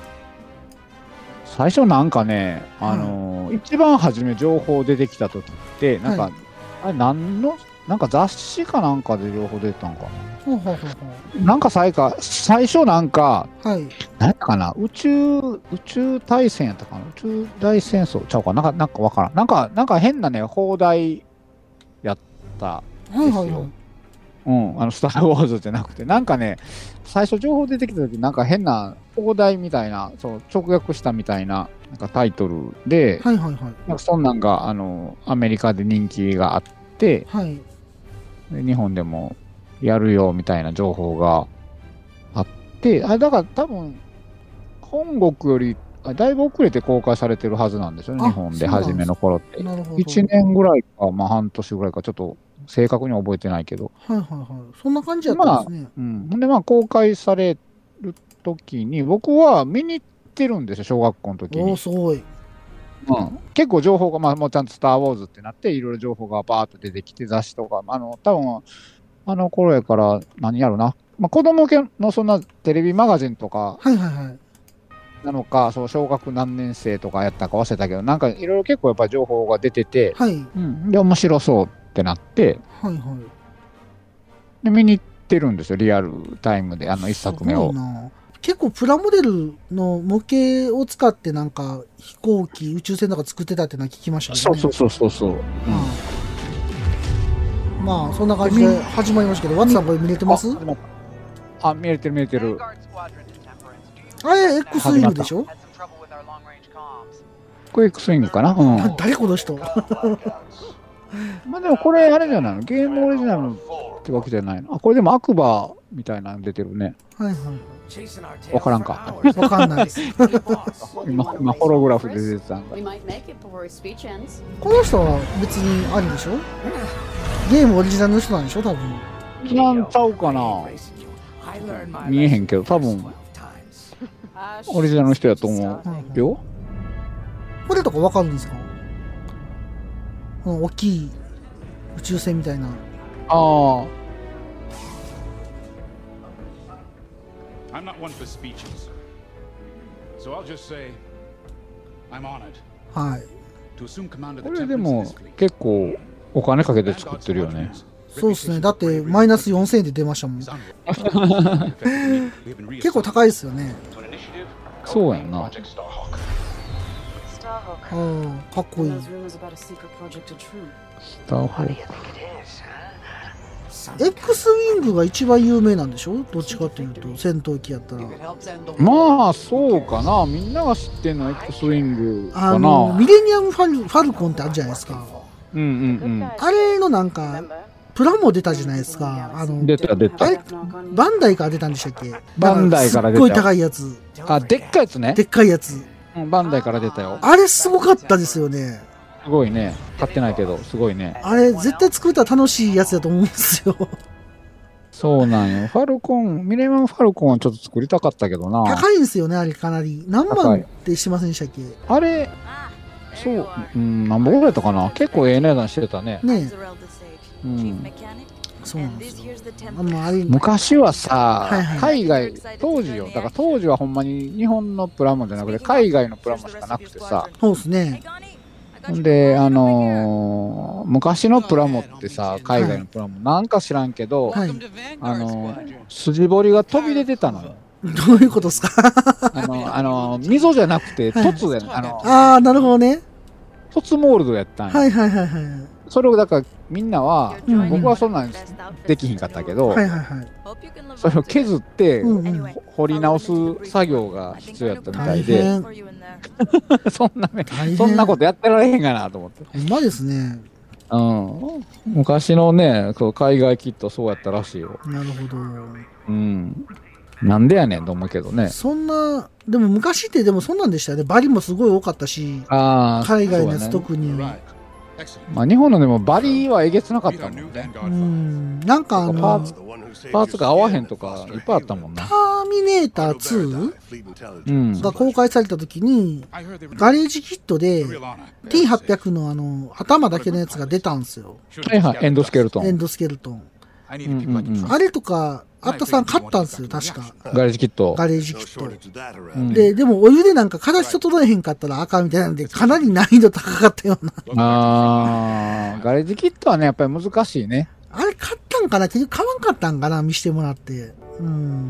最初なんかね、あのーはい、一番初め情報出てきた時って、なんか、はい、あれ何の、なんか雑誌かなんかで情報出てたんかな。 ほうほうほうほうなんか最か最初なんか、 はい、 何やったかな、宇宙、宇宙大戦やったかな、宇宙大戦争ちゃうかなんか、なんかわからん。なんか、なんか変なね、放題やったんですよ。はいはいはい、うん、あの、スター・ウォーズじゃなくて、なんかね、最初情報出てきた時なんか変な放題みたいな、そう、直訳したみたいな、なんかタイトルで、 はいはいはい。 なんかそんなんが、あの、アメリカで人気があって、 はい、 で日本でもやるよみたいな情報があって、あ、だから多分、本国より、だいぶ遅れて公開されてるはずなんですよね、日本で初めの頃って。 なるほど。 いちねんぐらいか、まあ半年ぐらいか、ちょっと正確には覚えてないけど。 はいはいはい。そんな感じやったんですね。 まあ、うん。ほんでまあ公開される時に、僕は見に行ってるんですよ、小学校の時に。 おー、すごい。 うん、結構情報が、まあ、もうちゃんとスター・ウォーズってなって、いろいろ情報がバーッと出てきて、雑誌とか、あの、多分あの頃やから何やろな。まあ、子供向けのそんなテレビマガジンとかはいはいはい。 なのか、そう小学何年生とかやったか忘れたけど、なんかいろいろ結構やっぱ情報が出てて、 はい。 うん、で面白そうってなって、 はいはい。 で見に行ってるんですよ、リアルタイムであの一作目を。 結構プラモデルの模型を使ってなんか飛行機、宇宙船とか作ってたってのは聞きましたけどね。 そうそうそうそうそう。 うん、まあそんな感じで始まりましたけど、ワッツさんこれ見れてます？ あ、見れてる見れてる。 あれ X ウィングでしょ？ これ X ウィングかな？うん。 誰この人？ まあでもこれあれじゃないの？ゲームオリジナルってわけじゃないの？あ、これでもアクバーみたいなの出てるね。 はいはい。 わからんか。 わかんないです。 今、今ホログラフで出てたんだ。 この人は別にありでしょ？ゲームオリジナルの人なんでしょ多分。 なんちゃうかな。見えへんけど多分オリジナルの人やと思うよ。 これとかわかるんですか？大きい宇宙船みたいな。 ああ。 I'm not one for speeches. So I'll just say I'm honored. はい。 これでも結構お金かけて作ってるよね。 そうですね。だってマイナスよんせんえんで出ましたもん。結構高いですよね。 そうやんな。 うん、かっこいい。スターホーク。X ウィングが一番有名なんでしょ？どっちかというと戦闘機やったら。 まあそうかな。みんなが知ってんのは X ウィングかな。 あのミレニアムファル、ファルコンってあるじゃないですか。 うんうんうん。 あれのなんかプラモ出たじゃないですか。あの出た出た。 あれバンダイから出たんでしたっけ？ バンダイから出た。 すっごい高いやつ。 あ、でっかいやつね。 でっかいやつ。 うん、バンダイから出たよ。 あれすごかったですよね。 すごいね。買ってないけどすごいね。 あれ絶対作ったら楽しいやつだと思うんですよ。 そうなんよ。ファルコン、ミレニアムファルコンはちょっと作りたかったけどな。 高いんですよね、あれかなり。何万ってしてませんでしたっけ？ あれ、そう、うん、何本ぐらいだったかな。結構ええ値段してたね。 ねえ。うん。 そうなんですよ。あのあれ昔はさ、 はいはい、 海外、当時よ。だから当時はほんまに日本のプラモじゃなくて海外のプラモしかなくてさ。 そうですね。 で、あのー、昔のプラモってさ、海外のプラモ、なんか知らんけど、はい、あのー、筋彫りが飛び出てたのよ。 どういうことですか？ あの、あのー、溝じゃなくて、凸で、 はい、 あの、 ああ、なるほどね。 凸モールドやったんや。 はいはいはいはい。 それをだからみんなは、うんうん、僕はそんなんできひんかったけど、 はいはいはい、 それを削って、うんうん、掘り直す作業が必要やったみたいでそんなねそんなことやってられへんかなと思って。 ほんまですね。 うん、昔のねそう海外キットそうやったらしいよ。 なるほど。 うん。なんでやねんと思うけどね。 そんなでも昔ってでもそんなんでしたよね。バリもすごい多かったし、 あ海外のやつ特に。 まあ日本のでもバリはえげつなかったもんね。 うん。なんかあのパーツパーツが合わへんとかいっぱいあったもんな。 ターミネーターツーが公開された時に、ガレージキットで ティーはっぴゃく のあの頭だけのやつが出たんですよ。 はいはい、エンドスケルトン。 エンドスケルトン。 うんうんうん、 あれとか、あったさん買ったんですよ、確か。 ガレージキット。 ガレージキット。うん、で、でもお湯でなんか形整えへんかったらあかんみたいなんで、かなり難易度高かったような。 あー、ガレージキットはね、やっぱり難しいね。 あれ買ったんかな結局買わんかったんかな見してもらって。うん。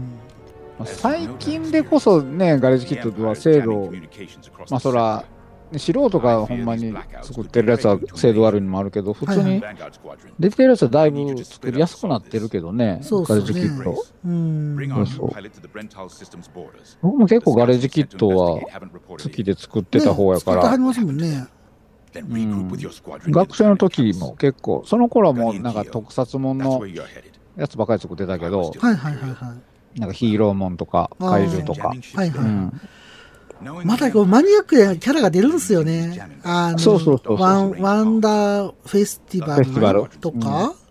最近でこそね、ガレージキットは精度、まあそら、素人がほんまに作ってるやつは精度悪いのもあるけど、普通に出てるやつはだいぶ作りやすくなってるけどね、ガレージキット。うん。そうそう。僕も結構ガレージキットは好きで作ってた方やから。 作ってはりますもんね。 うん、学生の時も結構、その頃はもうなんか特撮もんのやつばかり作ってたけど、 はいはいはいはい。 なんかヒーローもんとか怪獣とか。 はいはい。うんまたこうマニアックなキャラが出るんですよね。あの、 そうそうそうそうワン、ワンダーフェスティバルとか、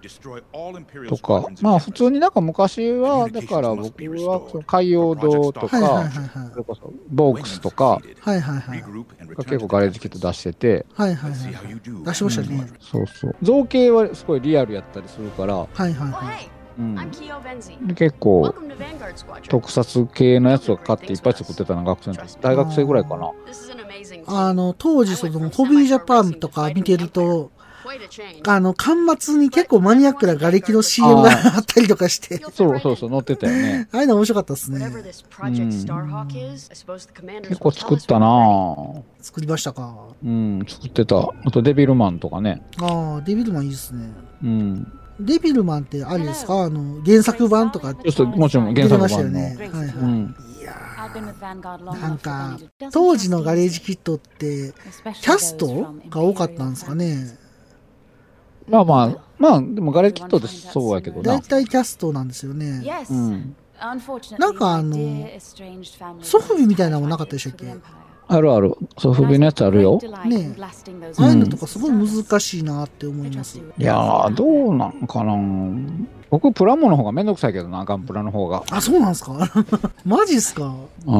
とか、まあ普通になんか昔は、だから僕は海洋堂とか、それこそボークスとか、結構ガレージキット出してて、 はいはいはい。出しましたね。 そうそう。造形はすごいリアルやったりするから、はいはいはい。うん、結構特撮系のやつを買っていっぱい作ってたの学生の時、大学生ぐらいかな。 あの当時そのホビージャパンとか見てると、あの端末に結構マニアックな瓦礫の シーエム があったりとかして、 そうそうそう載ってたよね。 ああいうの面白かったですね。うん、 結構作ったな。 作りましたか。 うん、作ってた。あとデビルマンとかね。 ああ、デビルマンいいですね。 うん。 デビルマンってあれですか、あの原作版とか。 ちょっともちろん原作版の。出てましたよね。はいはい。うん、 いやなんか当時のガレージキットってキャストが多かったんですかね。 まあまあまあでもガレージキットでそうやけどな。 大体キャストなんですよね。 うん。 なんかあのソフビみたいなのもなかったでしたっけ？ あるある。ソフビのやつあるよ。 ねえ。ああいうのとかすごい難しいなって思います。 いやーどうなんかな。僕プラモの方がめんどくさいけどな、ガンプラの方が。 あ、そうなんですかマジっすか。 うん。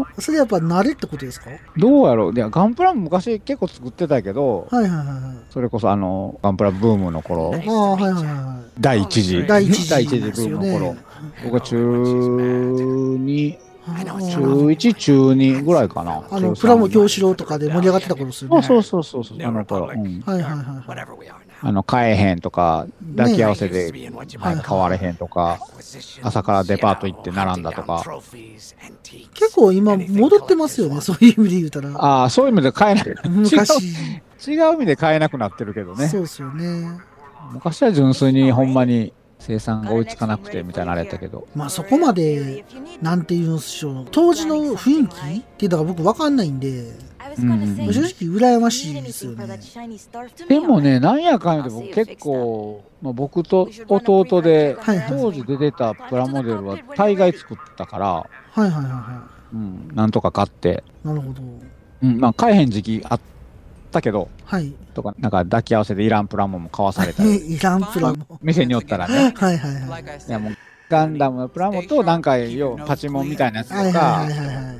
それやっぱ慣れってことですか？ どうやろう。いや、ガンプラも昔結構作ってたけど、 はいはいはいはい。 それこそあの、ガンプラブームの頃。 ああ、はいはいはい。 第一次。 第一次。 第一次ブームの頃。僕は中に、中いち、中にぐらいかな。 あの、プラモ京志郎とかで盛り上がってた頃ですよね。 そうそうそうそう。あの頃。うん、 はいはいはい。 あの、買えへんとか、抱き合わせで買われへんとか、朝からデパート行って並んだとか。 結構今戻ってますよね、そういう意味で言うたら。 ああ、そういう意味で買えない。 昔。 違う意味で買えなくなってるけどね。 そうですよね。 昔は純粋にほんまに生産が追いつかなくてみたいなあれやったけど。 まあそこまで、なんて言うんでしょう。当時の雰囲気っていうのが僕わかんないんで、うんうん、正直羨ましいですよね。 でもね、なんやかんやで僕結構、まあ、僕と弟で、はいはい、当時出てたプラモデルは大概作ったから、 はいはいはいはい。 うん、なんとか買って。 なるほど。 うん、まあ買えへん時期あったけど、 はい。 とか、なんか抱き合わせでイランプラモも買わされたり。 イランプラモ、まあ、 店に寄ったらね。 はいはいはい。 いやもうガンダムのプラモとなんかよパチモンみたいなやつとか、はいはいはいはい、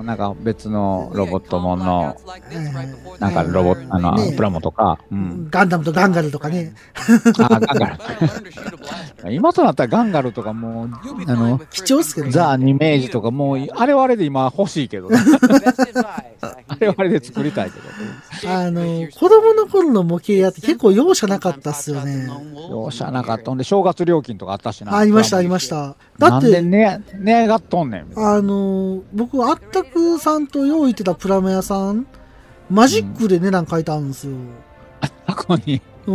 なんか別のロボットもんの、なんかロボット、あの、プラモとか、 うん、ガンダムとガンガルとかね。 あ、ガンガル。今となったらガンガルとかもう、あの、 貴重っすけどね。 ザ・ニメージとかもう、あれはあれで今欲しいけどね。あれはあれで作りたいけど。 あの、子供の頃の模型屋って結構容赦なかったっすよね。 容赦なかった。ほんで、正月料金とかあったしな。 ありましたありました。 だって、なんで値上がっとんねん。 あの、僕、あったくさんと用意ってたプラモ屋さん、マジックで値段書いてあるんですよ。 あそこに。 うん。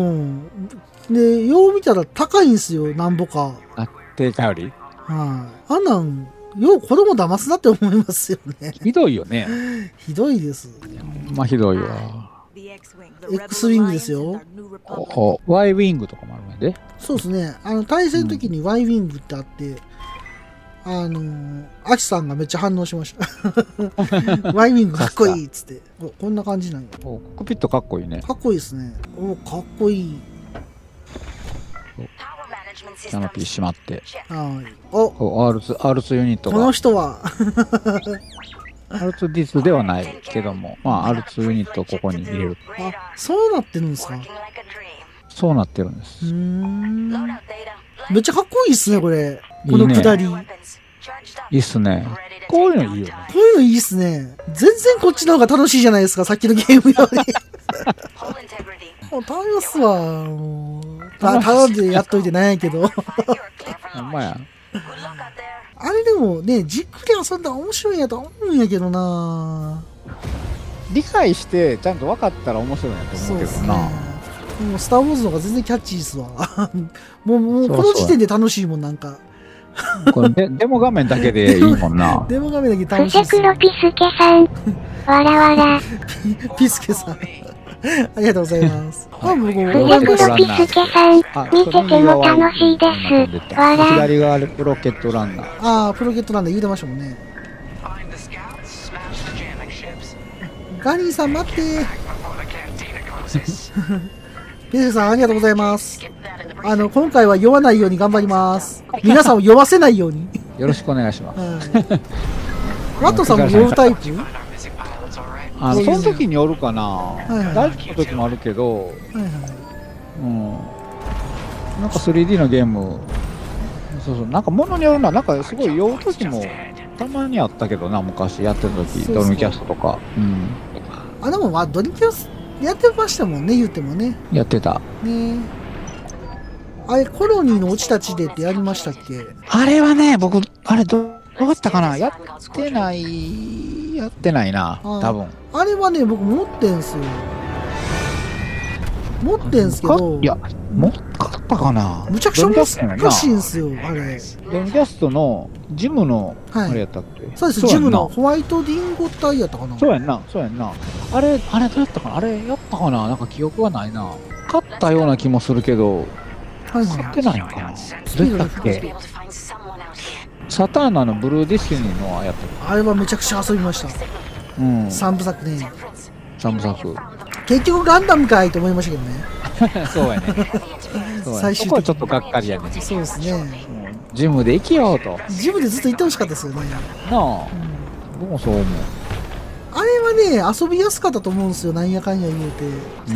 で、よう見たら高いんですよ、なんぼか。 あ、定価より？ はい。あんなん、よう子供騙すなって思いますよね。 ひどいよね。 ひどいです。 まあひどいわ。 X ウィングですよ。 Y ウィングとかもあるんで。 そうですね。あの、対戦の時に Y ウィングってあって、うん、あのー、アキさんがめっちゃ反応しました。Y ウィングかっこいいっつって。こんな感じなんよ。 コックピットかっこいいね。 かっこいいですね。お、かっこいい。 キャノピー閉まって。 はい。お、 アールツー、アールツー ユニットが。 この人はアールツー ディスではないけども、まあ アールツー ユニットをここに入れる。 あ、そうなってるんですか？ そうなってるんです。 うーん。めっちゃかっこいいっすね、これ。このくだり。いいっすね。こういうのいいよね。 こういうのいいっすね。全然こっちの方が楽しいじゃないですか、さっきのゲームより。もう頼みますわ。もう頼んでやっといてないけど。 ほんまや。 あれでもね、じっくり遊んだら面白いんやと思うんやけどな。 理解してちゃんと分かったら面白いんやと思うけどな。 もうスター・ウォーズの方が全然キャッチーっすわ。もう、もうこの時点で楽しいもん、なんか。 これデ、デモ画面だけでいいもんな。 デモ画面だけ楽しいっす。 クジャクロピスケさん。わらわら。 ピスケさん。ありがとうございます。あ、僕も。 クジャクロピスケさん。見てても楽しいです。わら。 左側プロケットランナー。 ああ、プロケットランナー言うてましたもんね。ガニーさん待ってー。 ピスケさんありがとうございます。あの、今回は酔わないように頑張ります。皆さんを酔わせないように。 よろしくお願いします。 ワットさんも酔うタイプ？ あの、その時によるかな。大事な時もあるけど、はいはい、うん。なんか スリーディー のゲーム、そうそう、なんか物によるな、なんかすごい酔う時もたまにあったけどな、昔やってる時、ドリームキャストとか。うん。 あ、でもまあドリームキャストやってましたもんね、言ってもね。 やってた。 ね。あれ、コロニーのオチたちでってやりましたっけ？ あれはね、僕、あれど、どうやったかな？やってない、やってないな、多分。 あれはね、僕持ってんすよ。持ってんすけど。 いや、持っかったかな？ むちゃくちゃ難しいんすよ、あれ。 ドリームキャストのジムの、あれやったっけ？ そうです、ジムのホワイトディンゴ体やったかな？ そうやんな、そうやんな。あれ、あれどうやったかな？あれやったかな？なんか記憶はないな。勝ったような気もするけど、買ってないのかな？どうやったっけ？サターナのブルーディスティニーのやつ。 あれはめちゃくちゃ遊びました。 うん。 三部作ね。 三部作。 結局ガンダムかいと思いましたけどね。 そうやね。最終的に。そこはちょっとがっかりやね。 そうですね。 ジムで行きようと。 ジムでずっと行ってほしかったですよね。 なあ。僕もそう思う。 あれはね、遊びやすかったと思うんですよ。なんやかんや言うて。うん。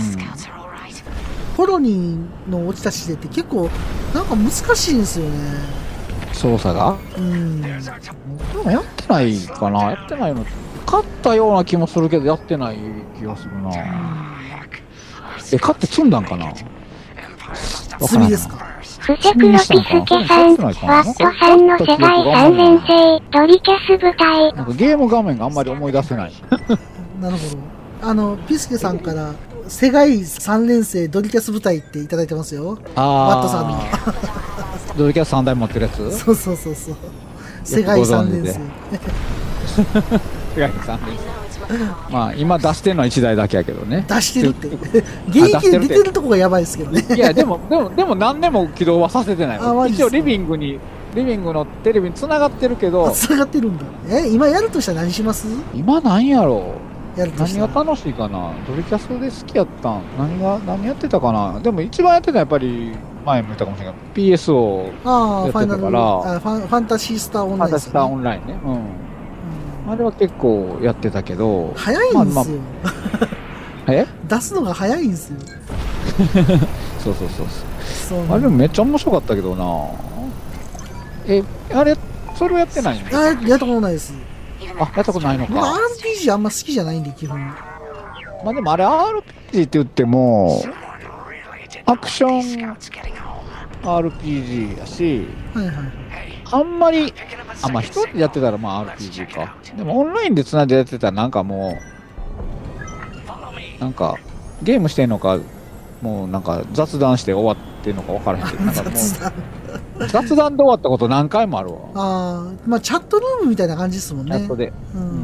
コロニーの落ちたしでって結構なんか難しいんですよね。 操作が？うん。でもやってないかな。やってないの。勝ったような気もするけどやってない気がするな。え、勝って積んだんかな？ 積みですか？ ふせくろぴすけさん、ワットさんの世界さん連星、ドリキャス部隊。 なんかゲーム画面があんまり思い出せない。 なるほど。あの、ピスケさんから世界さん連星ドリキャス部隊っていただいてますよ。ワットさんの。 ドリキャスさんだい持ってるやつ？ そうそうそうそう。世界さん連星。 世界さん連星。まあ今出してるのはいちだいだけやけどね。 出してるって。現役で出てるとこがやばいですけどね。 いやでもでもでも何でも起動はさせてない。一応リビングにリビングのテレビに繋がってるけど。 繋がってるんだ。え、今やるとしたら何します？ 今何やろう。 やるとしたら何が楽しいかな。ドリキャスで好きやったん。何が何やってたかな。でも一番やってたのはやっぱり前も言ったかもしれないけど ピーエス をやってたから。 ああ、ファイナル、ファンタシースターオンライン、 ね。ファンタシースターオンラインね。うん。あれは結構やってたけど早いんですよ、まあまあ、え出すのが早いんですよ。 そうそうそうそう。あれもめっちゃ面白かったけどな。えあれそれをやってないの？ あやったことないです。 あやったことないのか。 まあ、アールピージー あんま好きじゃないんで基本。 まあでもあれ アールピージー って言ってもアクション アールピージー やし、はいはい、あんまりあまあ一人でやってたらまあ アールピージー か。でもオンラインでつないでやってたらなんかもうなんかゲームしてんのかもうなんか雑談して終わってんのか分からへんけどなんかもう雑談で終わったこと何回もあるわ。 ああまあチャットルームみたいな感じですもんね。 チャットで。うん。うん、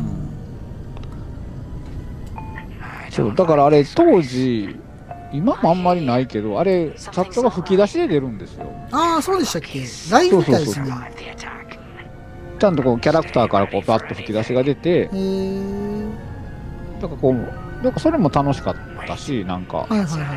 そうだからあれ当時今もあんまりないけどあれチャットが吹き出しで出るんですよ。 ああそうでしたっけ。ラインみたいですね。そうそうそうちゃんとこうキャラクターからこうバッと吹き出しが出て、だからこうなんかそれも楽しかったしなんか。はいはいはい。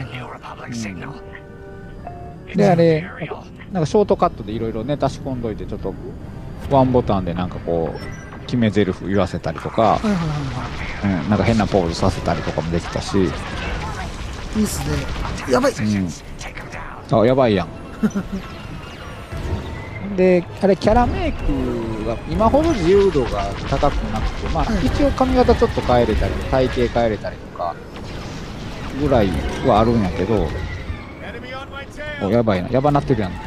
うん、であれなんかショートカットでいろいろね出し込んどいてちょっとワンボタンでなんかこう決め台詞言わせたりとか、なんか変なポーズさせたりとかもできたし。いいっすね。やばい。うん。 あやばいやん。であれキャラメイクが今ほど自由度が高くなくて、まあ、はい、一応髪型ちょっと変えれたり体型変えれたりとかぐらいはあるんやけど、おやばいなやばなってるやん。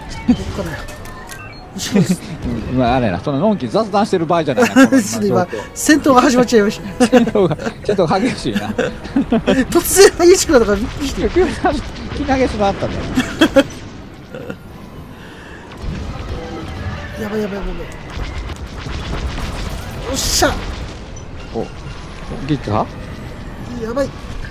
今あれなそののんき雑談してる場合じゃないな。 今戦闘が始まっちゃいました。 戦闘がちょっと激しいな。 突然激しくなったからびっくりして。 急に投げすがあったんだよ。 やばいやばいやばい。おっしゃ。 お、撃破？ やばい。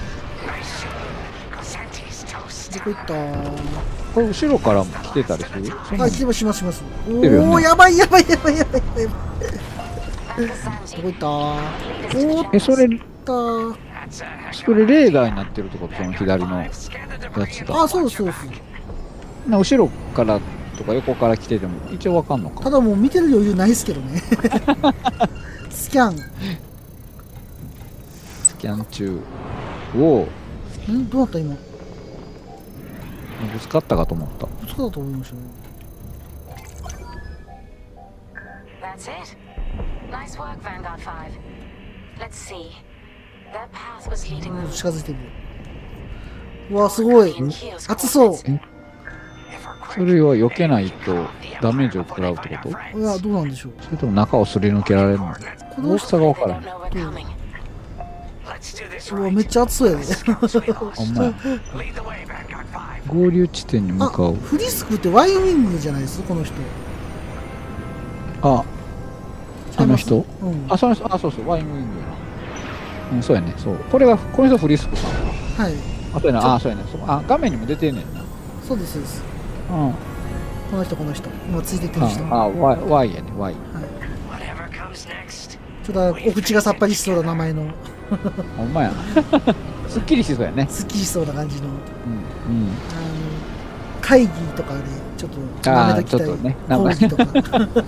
どこ行った？ これ後ろからも来てたりする？ はい、来てますしますします。おお、やばいやばいやばいやばいやばい。どこ行った？おえ、それこれレーダーになってるってこと、その左のやつだ。 あ、そうそうそう。 な後ろからとか横から来てても一応わかんのか。 ただもう見てる余裕ないですけどね。スキャン。 スキャン中。おお。 んどうなった今。 ぶつかったかと思った。 ぶつかったと思いましたね。 That's it. Nice work, Vanguard five. Let's see. That path was leading them. 近づいてる。うわ、すごい。熱そう。 それは避けないとダメージを食らうってこと？ いや、どうなんでしょう。 それとも中をすり抜けられるの？大きさが分からん。 うわ、めっちゃ熱そうやね。 お前。合流地点に向かう。 フリスクってワインウィングじゃないですか、この人。 あ、あの人？ うん、 あ、その人、あ、そうそう、ワインウィングやな。うん、そうやね、そう。これが、この人フリスクさんか。はい。 あ、そうやな、あ、そうやね。あ、画面にも出てんねんな。 そうです、そうです。 うん。 この人、この人。今ついてってる人。 あ、Y、Y やね、Y。はい。 ちょっとお口がさっぱりしそうな名前の。 ほんまや。すっきりしそうやね。 すっきりしそうな感じの。 うん。うん。あの、 会議とかで、ちょっと、 舐めときたい。ね。 講義とか。 確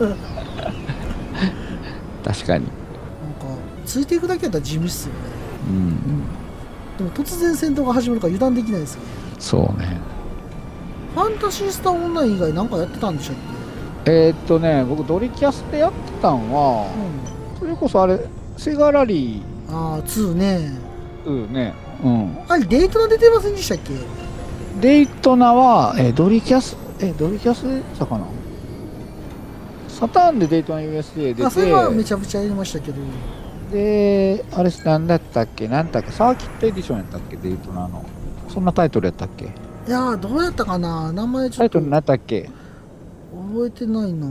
かに。 なんか、ついていくだけやったら地味っすよね。 うん。うん、 でも突然戦闘が始まるから油断できないですよね。 そうね。 ファンタシースターオンライン以外なんかやってたんでしたっけ？えー、っとね、僕ドリキャスでやってたんは、うん、それこそあれ、セガラリー。ああ、ツーね。 ツーね。うん。 あれ、デイトナ出てませんでしたっけ？ デイトナは、えー、ドリキャス、え、ドリキャスでしたかな？サターンでデイトナ ユーエスエー 出て、 あ、それはめちゃくちゃやりましたけど。 で、あれ、なんだったっけ？なんだっけ？サーキットエディションやったっけ？デイトナの。そんなタイトルやったっけ？ いやー、どうやったかな、名前ちょっと。 タイトル何だっけ？ 覚えてないな。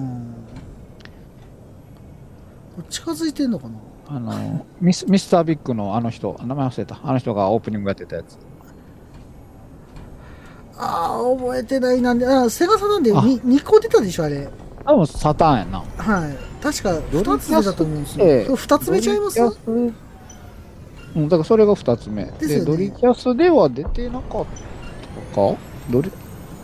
近づいてんのかな。 あのミス、ミスタービッグのあの人、名前忘れた。あの人がオープニングやってたやつ。 ああ、覚えてないなんで、あ、セガサなんでににこ出たでしょ、あれ。 多分サターンやな。 はい。確かふたつ目だと思うんですよ。ふたつめちゃいます？ うん、だからそれがふたつめ。で、ね、ドリキャスでは出てなかったか？ドリ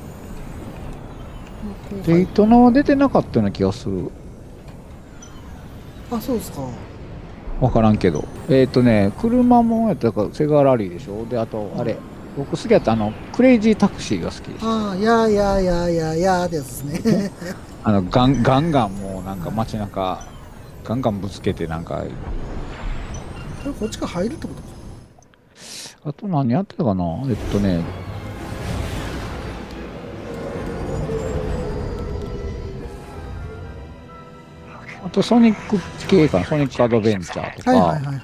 デイトナは出てなかったような気がする。 あ、そうですか。 わからんけど。えっ、ー、とね、車もやったからセガラリーでしょ。で、あと、あれ、僕好きやったあの、クレイジータクシーが好きでした。 ああ、やーやーやーやーやーってやつですね。 あの、ガンガンガンもうなんか街中、ガンガンぶつけてなんか、 こっちから入るってことか。 あと何やってたかな。えっとねあとソニック系かな。ソニックアドベンチャーとか、はいはいはいはい、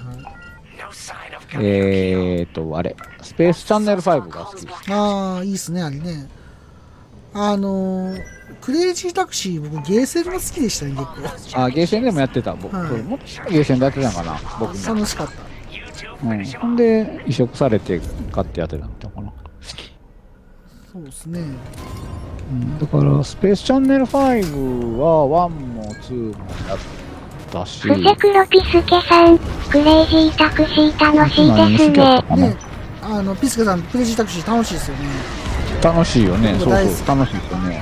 えーっとあれスペースチャンネルファイブが好きです。 ああ、いいっすね、あれね。あのー、クレイジータクシー、僕ゲーセンが好きでしたね、結構。 あ、ゲーセンでもやってた。僕、はい、もっとゲーセンでやってたかな、僕も。 楽しかった。 うん。ほんで、移植されて買ってやってたのかな。 そうですね。 うん、だから、スペースチャンネルファイブはワンもツーもやったし。 プセクロピスケさん、クレイジータクシー楽しいですね。 ね、あの、ピスケさん、クレイジータクシー楽しいですよね。 楽しいよね。そうそう、楽しいですよね。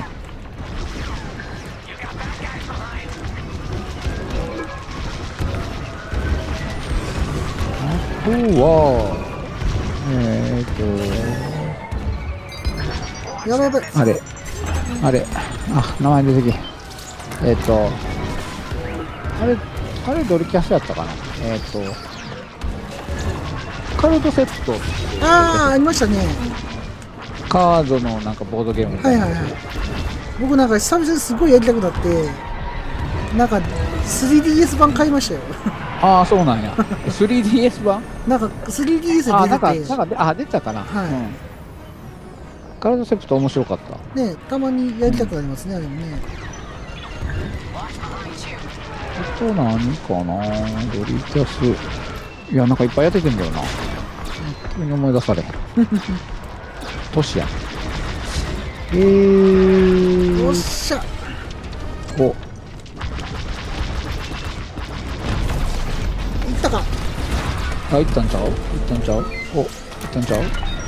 あとは、えーと、やばいやばい。 あれ、あれ、あ、名前出てき。えっ、ー、と、あれ、あれドリキャスやったかな。えっ、ー、と、カルドセット。 ああ、ありましたね。 カードのなんかボードゲームみたいな。 はいはいはい。僕なんか久々にすごいやりたくなって、なんか スリーディーエス 版買いましたよ。 ああ、そうなんや。スリーディーエス 版なんか スリーディーエス で出てて。あ、 なんか、なんか、あ、出てたかな。はい。うん、カルドセプト面白かった。 ね、たまにやりたくなりますね、うん、あれもね。 あと何かな、ドリキャス。いや、なんかいっぱいやっててんだよな。急に思い出されへん。トシや。えー。 よっしゃ。 お。いったか。 あ、いったんちゃういったんちゃうお、いったんちゃう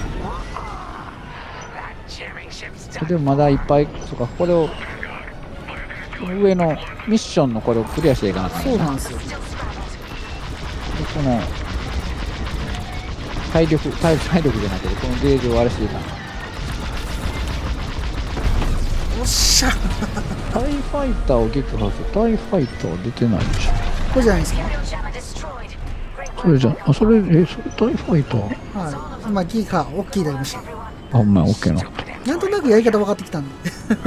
でもまだいっぱい、そうか、これを、上のミッションのこれをクリアしていかなきゃいけない。 そうなんですよ。でこの、体力、体体力じゃなくて、このゲージをあれしていかな。 おっしゃタイファイターを撃破する。タイファイター出てないでしょ。 これじゃないですか。 それじゃ、あ、それ、え、それタイファイターはい。まあ、ギーカー、大きいだけました。 あ、ほんまや、オッケーな。 なんとなくやり方分かってきたんで。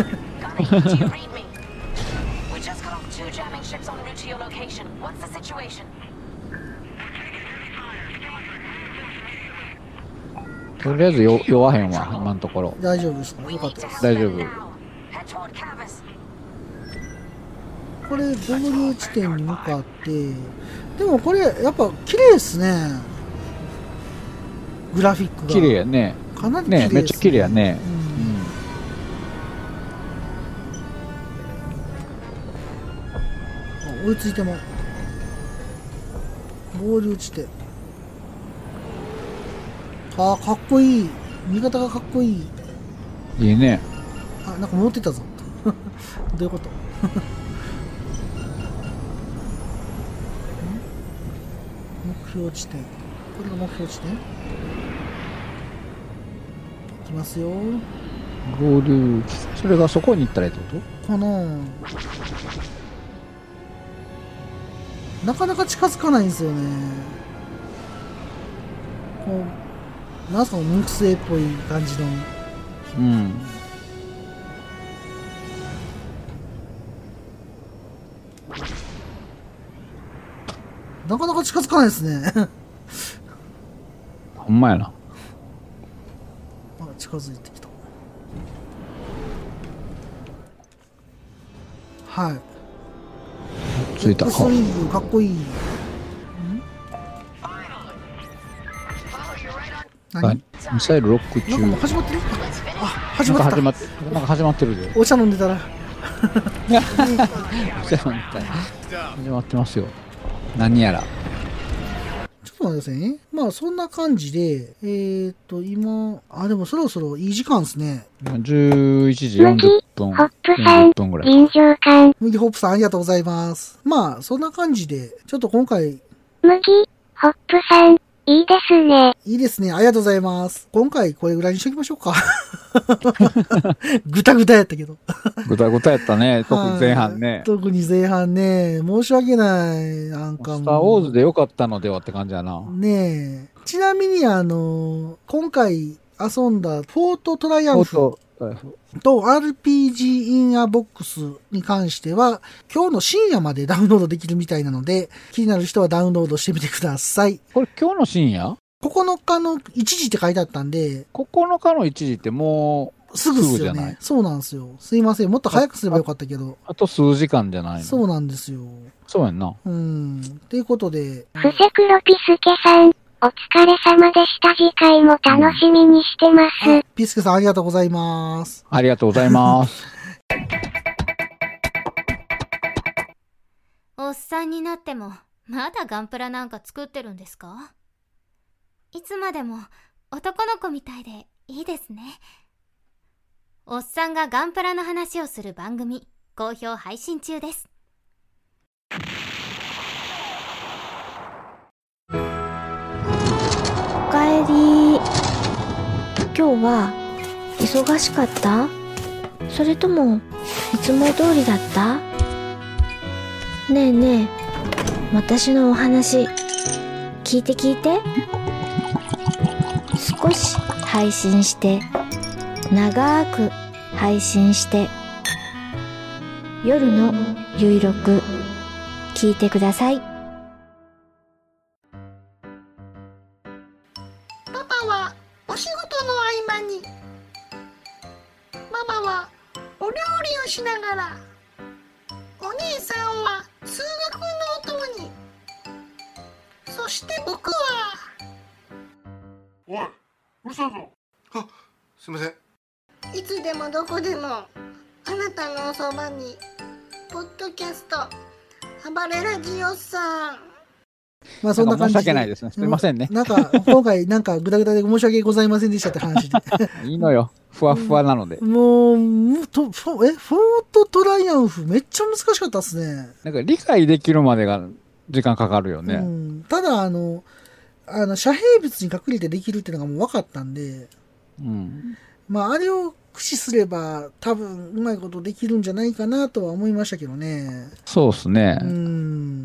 とりあえずよ酔わへんわ、今のところ。 大丈夫ですか？よかったです。 大丈夫。 これ、合流地点に向かって、でもこれ、やっぱ綺麗ですね。グラフィックが。 綺麗やね。 かなり綺麗ですね。 ね、めっちゃ綺麗やね。 うん。うん、追いついても。合流地点。あー、かっこいい。味方がかっこいい。 いいね。 あ、なんか戻ってたぞ。どういうこと目標地点。これが目標地点。いきますよ。 合流。それがそこに行ったらいいってことかな。なかなか近づかないんですよね。こう、なんすか、木星っぽい感じの。 うん。 なかなか近づかないですね。 ほんまやな。 あ、近づいてきた。はい。 ついた。 スイングかっこいい。 何？ミサイルロック中。 なんかもう始まってる？あ、始まった。 なんか始まって、なんか始まってるで。 お茶飲んでたら。 お茶飲んでたら。始まってますよ。何やら。 ちょっと待ってくださいね。まあそんな感じで、えーっと今、あ、でもそろそろいい時間ですね。 じゅういちじよんじゅっぷん。 ホップさん、臨場感。 麦ホップさんありがとうございます。まあそんな感じで、ちょっと今回。 麦、ホップさん、いいですね。 いいですね。ありがとうございます。今回これぐらいにしときましょうか。ぐたぐたやったけど。 ぐたぐたやったね。特に前半ね。 特に前半ね。申し訳ない。なんかもう。 スターウォーズでよかったのではって感じやな。 ねえ。ちなみにあの、今回遊んだフォートトライアンフと アールピージー インアボックスに関しては、今日の深夜までダウンロードできるみたいなので、気になる人はダウンロードしてみてください。 これ今日の深夜？ここのかのいちじって書いてあったんで。 ここのかのいちじってもうすぐっすよね。そうなんですよ。すいません。もっと早くすればよかったけど。 あ, あと数時間じゃないの？ そうなんですよ。 そうやんな。 うん。ということで。 ふせくろピスケさん、お疲れ様でした。次回も楽しみにしてます。 うん、ピスケさんありがとうございます。 ありがとうございます。 おっさんになっても、まだガンプラなんか作ってるんですか？いつまでも男の子みたいでいいですね。おっさんがガンプラの話をする番組、好評配信中です。 おかえり。今日は忙しかった？それともいつも通りだった？ねえねえ、私のお話聞いて聞いて。少し配信して長く配信して夜のゆいろく聞いてください。 パパはお仕事の合間に、ママはお料理をしながら、お姉さんは通学のお供に、そして僕はおい、うるさいぞ。あ、すいません。 いつでもどこでもあなたのおそばに、ポッドキャスト暴れラジオさん。 まあそんな感じで。 申し訳ないですね。すみませんね。 なんか、今回なんかグダグダで申し訳ございませんでしたって話で。 いいのよ。ふわふわなので。 もう、もとフォえ、フォートトライアンフめっちゃ難しかったっすね。 なんか理解できるまでが時間かかるよね。 うん、ただ、あの、あの、遮蔽物に隠れてできるっていうのがもう分かったんで、 うん。 まあ、あれを駆使すれば多分うまいことできるんじゃないかなとは思いましたけどね。 そうっすね。 うん、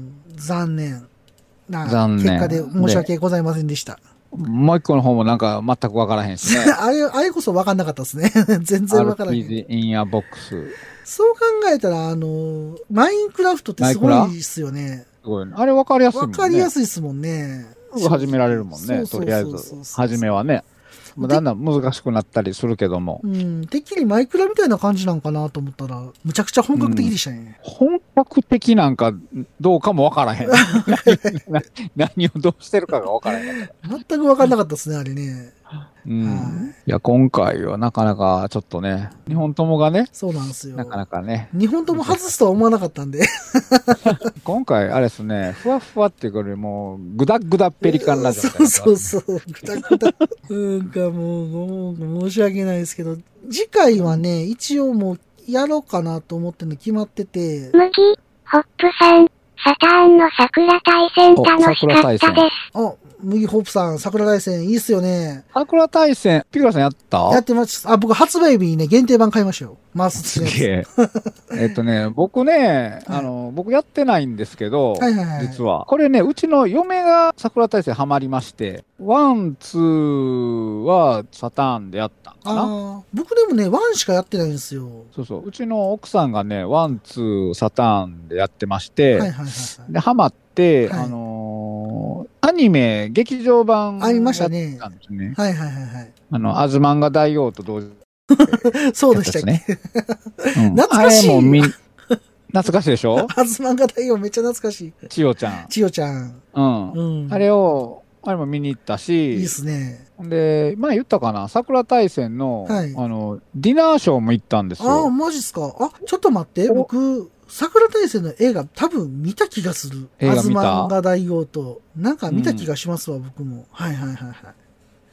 残念な残念結果で申し訳ございませんでした。 もう一個の方もなんか全く分からへんしね。 あれ、あれこそ分かんなかったですね。全然分からへん。 アールピージー インアボックス。 そう考えたら、あの、マインクラフトってすごいですよね。 すごいね。あれ分かりやすいもんね。 分かりやすいですもんね。 始められるもんね。とりあえず。初めはね。だんだん難しくなったりするけども。 うん。てっきりマイクラみたいな感じなんかなと思ったら、むちゃくちゃ本格的でしたね。 うん、本格的なんかどうかもわからへん。何をどうしてるかがわからへん。 全く分かんなかったですね、あれね。 うん、はい、いや、今回はなかなかちょっとね、にほんともがね。 そうなんですよ。 なかなかね。 にほんとも外すとは思わなかったんで。 今回、あれですね、ふわふわっていうよりも、ぐだぐだペリカンラジオみたいな。 そうそうそう、ぐだぐだ。なんかもう、もう申し訳ないですけど、次回はね、一応もうやろうかなと思ってるの決まってて。 麦、ホップさん、サターンの桜大戦楽しかったです。 あ、麦ホープさん、桜大戦いいっすよね。 桜大戦、ピクラさんやった？ やってます。あ、僕発売日にね、限定版買いましたよ。マウスすげえ。えっとね、僕ね、あの、僕やってないんですけど、はいはいはい、実は。これね、うちの嫁が桜大戦ハマりまして、ワン、ツーはサターンでやったかな。 あ僕でもね、ワンしかやってないんですよ。 そうそう。うちの奥さんがね、ワン、ツー、サターンでやってまして、はいはいはいはい、で、ハマって、はい、あのー、アニメ、劇場版ありましたね。 たんですね。 はいはいはいはい。 あの、アズマンガ大王と同時そうでしたっけ、ねうん、懐かしい。も懐かしいでしょ？ アズマンガ大王めっちゃ懐かしい。 千代ちゃん。 千代ちゃん。 うん。うん、あれを、あれも見に行ったし。 いいっすね。 で、前言ったかな、桜大戦の、はい、あの、ディナーショーも行ったんですよ。 ああ、マジっすか。あ、ちょっと待って、僕、桜大戦の映画多分見た気がする。 映画見た？ アズマンガ大王と。なんか見た気がしますわ、うん、僕も。はいはいはいはい。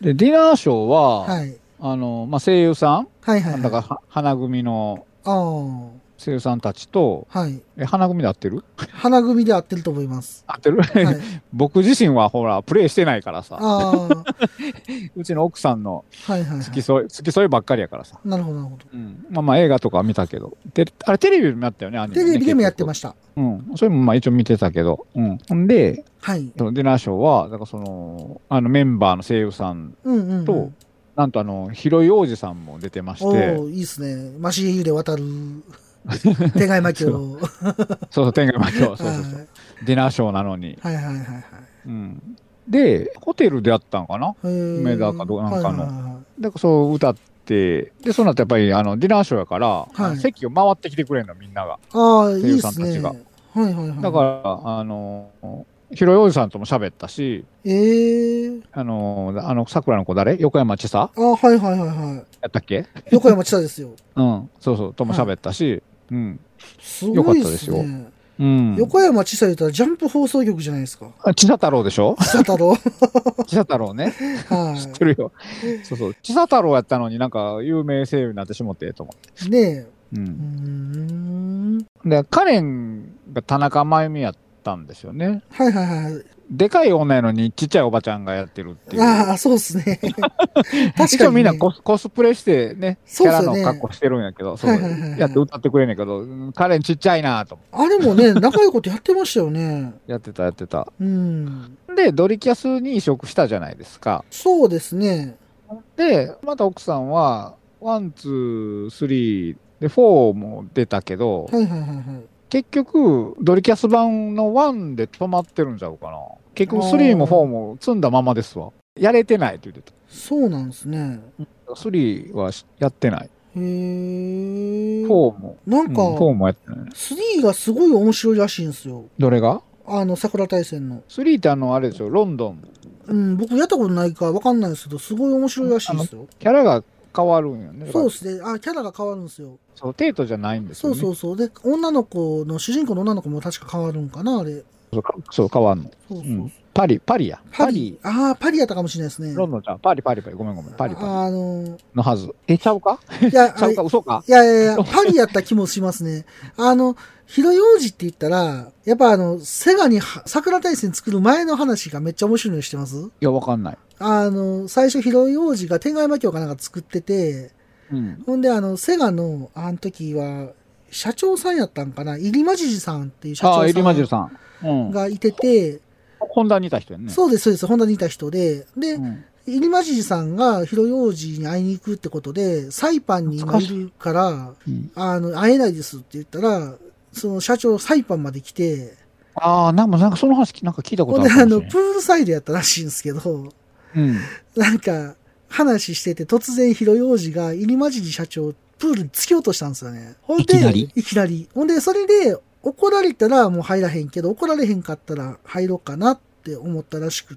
で、ディナーショーは、 はい、 あの、まあ、声優さん、 はいはいはい、 だから花組の声優さんたちと、 はい、 え花組で合ってる？ 花組で合ってると思います。 合ってる、はい、僕自身はほら、プレイしてないからさ。 あうちの奥さんの付き添い、はいはいはい、付き添いばっかりやからさ。 なるほど、なるほど。 うん、まあまあ映画とか見たけど。で、あれテレビでもやったよね、アニメ、ね。 テレビでもやってました。 うん。それもまあ一応見てたけど。うん。ほんで、 はい。 そのディナーショーは、だからその、あのメンバーの声優さんと、うんうんうん、なんとあの、広い王子さんも出てまして。 おー、いいっすね。マシエユで渡る。天外魔境。 そうそう、天外魔境。そうそうそう。はい、ディナーショーなのに。 はいはいはいはい。 うん。で、ホテルでやったんかな梅田かどなんかの。はいはいはい、で、そう歌って、で、その後やっぱりあのディナーショーやから、はい、席を回ってきてくれるの、みんなが。 ああ、いいっすね。はいはいはい。 だから、あの、広いおじさんとも喋ったし、 えー、 あの、あの、桜の子誰横山千沙あ、はいはいはいはい。 やったっけ横山千沙ですよ。 うん、そうそう、とも喋ったし、はい、うん。 すごいっすね。よかったですよ。うん、横山千沙言ったらジャンプ放送局じゃないですか。 あ、千沙太郎でしょ？ 千沙太郎。 千沙太郎ね。はい。知ってるよ。そうそう。千沙太郎やったのになんか有名声優になってしもってと思って。 ねえ。 うん。うん。で、カレンが田中真由美やったんですよね。 はいはいはい。 でかい女やのにちっちゃいおばちゃんがやってるっていう。 ああ、そうですね。確かに、ね。みんなコス、コスプレしてね、キャラの格好してるんやけど、そう、やって歌ってくれんねんけど、カレンちっちゃいなと。 あれもね、仲良いことやってましたよね。 やってたやってた。 うん。 で、ドリキャスに移植したじゃないですか。 そうですね。 で、また奥さんは、ワン、ツー、スリー、で、フォーも出たけど、 はいはいはいはい。 結局、ドリキャス版のワンで止まってるんちゃうかな。結局スリーもフォーも積んだままですわ。やれてないって言ってた。 そうなんですね。 スリーはやってない。 へー。 フォーも。 なんか、 うん、フォーもやってない。 スリーがすごい面白いらしいんですよ。 どれが？ あの、桜大戦の。 スリーってあの、あれでしょ、ロンドン。 うん、僕やったことないかわかんないですけど、すごい面白いらしいですよ。 キャラが変わるんよね。 そうですね。あ、キャラが変わるんですよ。 そう、テートじゃないんですよね。 そうそうそう。で、女の子の、主人公の女の子も確か変わるんかな、あれ。 そう、そう変わんの。 そうそう。うん、 パリ、パリや。 パリ。ああ、パリやったかもしれないですね。 ロンドンちゃん、パリパリパリ、ごめんごめん、パリパリ。 あのー、 のはず。え、ちゃうかいや、 ちゃうか、嘘かいやいやいや、パリやった気もしますね。あの、広葉樹って言ったら、やっぱあの、セガに桜大戦作る前の話がめっちゃ面白いの知ってます？ いや、わかんない。 あの、最初広葉樹が天外魔境かなんか作ってて、 うん、 ほんであの、セガの、あの時は、社長さんやったんかな、入間尻さんっていう社長さん。 あ、入間尻さん。うん。 がいてて、 ホンダにいた人やね。 そうです、そうです、ホンダにいた人で、で、うん、入間尻さんが広葉樹に会いに行くってことで、サイパンに今いるから、うん、あの、会えないですって言ったら、その社長サイパンまで来て、 ああ、なんか、なんかその話なんか聞いたことあるかもしれない。 ほんで、あの、プールサイドやったらしいんですけど、 うん。 なんか、話してて、突然広葉樹が入間尻社長、プールに突き落としたんですよね。ほんで、 いきなりいきなり。ほんで、それで、怒られたらもう入らへんけど、怒られへんかったら入ろうかなって思ったらしくって、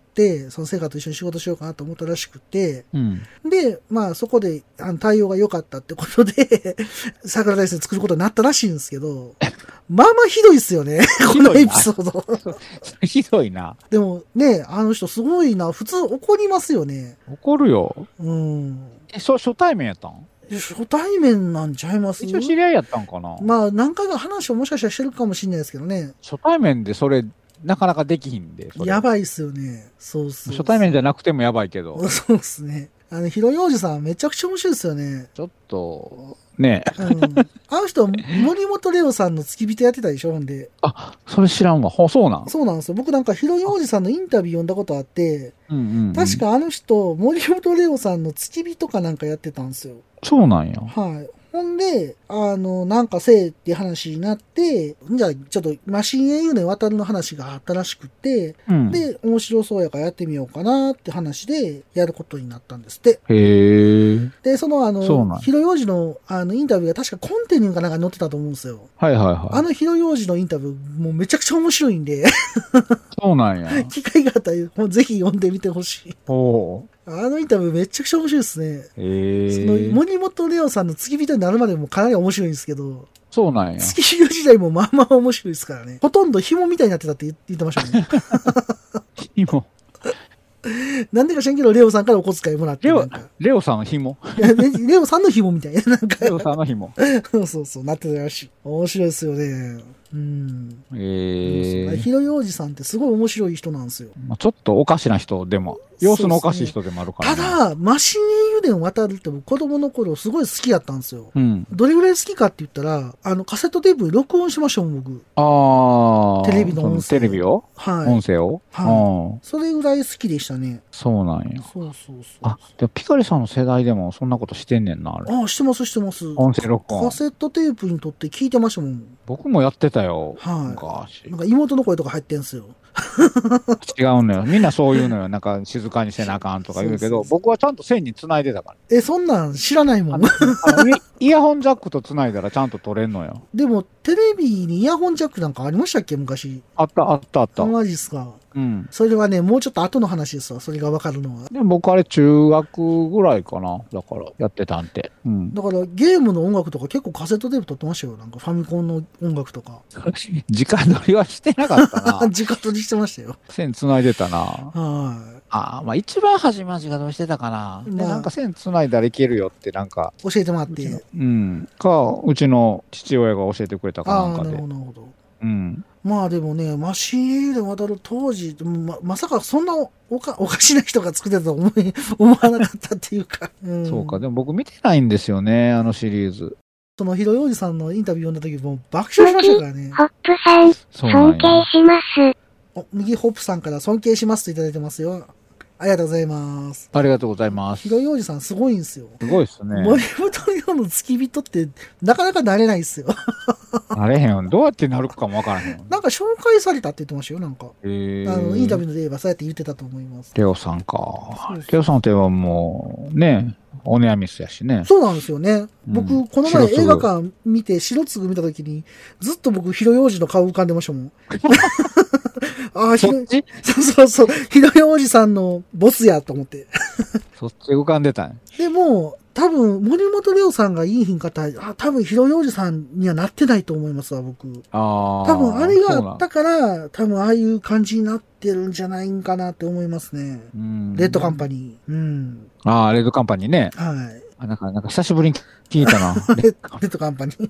そのセガと一緒に仕事しようかなと思ったらしくて、 うん、 で、まあそこであの対応が良かったってことで、桜大戦作ることになったらしいんですけど、まあまあひどいっすよね、このエピソード。 ひどいな。 でもね、あの人すごいな、普通怒りますよね。 怒るよ。 うん。 え、そ、初対面やったん？ 初対面なんちゃいます？ 一応知り合いやったんかな。 まあ何回か話をもしかしたらしてるかもしれないですけどね。 初対面でそれなかなかできひんで。 やばいっすよね。そうそう。 初対面じゃなくてもやばいけど。 そうっすね。あの、広葉樹さんめちゃくちゃ面白いですよね。 ちょっと、ねえ。 うん。あの人、森本レオさんの付き人やってたでしょ、ほんで。 あ、それ知らんわ。ほ、そうなん？ そうなんですよ。僕なんか広葉樹さんのインタビュー読んだことあって、 うんうんうん、 確かあの人、森本レオさんの付き人かなんかやってたんですよ。 そうなんや。 はい。ほんで、あの、なんかせえって話になって、じゃあちょっとマシン英雄伝渡るの話があったらしくて、うん、で、面白そうやからやってみようかなって話でやることになったんですって。 へー。 で、そのあの、広葉樹のあのインタビューが確かコンテニューかなんか載ってたと思うんですよ。 はいはいはい。 あの広葉樹のインタビューもうめちゃくちゃ面白いんで。 そうなんや。 機会があったらもうぜひ読んでみてほしい。 おー。 あのインタビューめちゃくちゃ面白いですね。 へー。 その森本レオさんの付き人になるまでもかなり面白いんですけど。 そうなんや。 月日時代もまあまあ面白いですからね。ほとんど紐みたいになってたって言ってましたもんね。 紐なんでか知らんけど、レオさんからお小遣いもらって。 レオ、レオさんの紐いや、レオさんの紐みたいな。なんかレオさんの紐。 そうそうそう、なってたらしい。面白いですよね。うん。 えー。 広葉樹さんってすごい面白い人なんですよ。 まあ、ちょっとおかしな人でも、様子のおかしい人でもあるから、 ね。ただ、マシン英雄伝渡るって僕子供の頃すごい好きやったんですよ。 うん。 どれぐらい好きかって言ったら、あの、カセットテープ録音しましたもん、僕。 ああ。 テレビの音声。 テレビをはい。 音声をはい。それぐらい好きでしたね。 そうなんや。 そうそうそう。 あ、でもピカリさんの世代でもそんなことしてんねんな、あれ。 ああ、してますしてます。 音声録音。 カセットテープにとって聞いてましたもん。 僕もやってたよ。 はい。 昔。 なんか妹の声とか入ってんすよ。 違うのよ。みんなそういうのよ。なんか静かにせなあかんとか言うけど、僕はちゃんと線に繋いでたから。 え、そんなん知らないもん。 イヤホンジャックと繋いだらちゃんと取れんのよ。 でも、テレビにイヤホンジャックなんかありましたっけ昔。 あったあったあった。 マジっすか。 うん。 それはね、もうちょっと後の話ですわ。それがわかるのは。 でも僕あれ中学ぐらいかな。だから、やってたんて。うん。 だからゲームの音楽とか結構カセットテープ撮ってましたよ。なんかファミコンの音楽とか。 直撮りはしてなかったな。 直撮りしてましたよ。 線繋いでたな。 はい。 ああ、まあ一番初めは直撮りしてたかな。で、なんか線繋いだらいけるよってなんか。 教えてもらって。 うん。か、うちの父親が教えてくれたかなんかで。 ああ、なるほど、なるほど。 うん。 まあでもね、マシン英雄伝渡る当時、ま、まさかそんなおかおかしな人が作ってたと思い、思わなかったっていうか。 うん、そうか、でも僕見てないんですよね、あのシリーズ。 その広葉樹さんのインタビュー読んだ時も爆笑しましたからね。 ホップさん、尊敬します。 お、右ホップさんから尊敬しますといただいてますよ。ありがとうございます。 ありがとうございます。 広葉樹さんすごいんですよ。 すごいっすね。 森本レオの付き人ってなかなかなれないっすよ。 なれへんよ。どうやってなるかもわからへん。 なんか紹介されたって言ってましたよ、なんか。 へあの、インタビューで言えばそうやって言ってたと思います。 レオさんか。レオさんってはもう、ね、オネアミスやしね。 そうなんですよね。僕、うん、この前映画館見て、白継見たときに、ずっと僕、広葉樹の顔浮かんでましたもん。ああ、ひろ、そうそうそう、広葉樹さんのボスやと思って。 そっち浮かんでたね。 でも、 多分、森本レオさんがいいひんかったら、あ、多分、ひろようじさんにはなってないと思いますわ、僕。 ああ。 多分、あれがあったから、多分、ああいう感じになってるんじゃないんかなって思いますね。うん。レッドカンパニー。うん。 ああ、レッドカンパニーね。 はい。 あ、なんか、なんか久しぶりに聞いたな。 レッドカンパニー。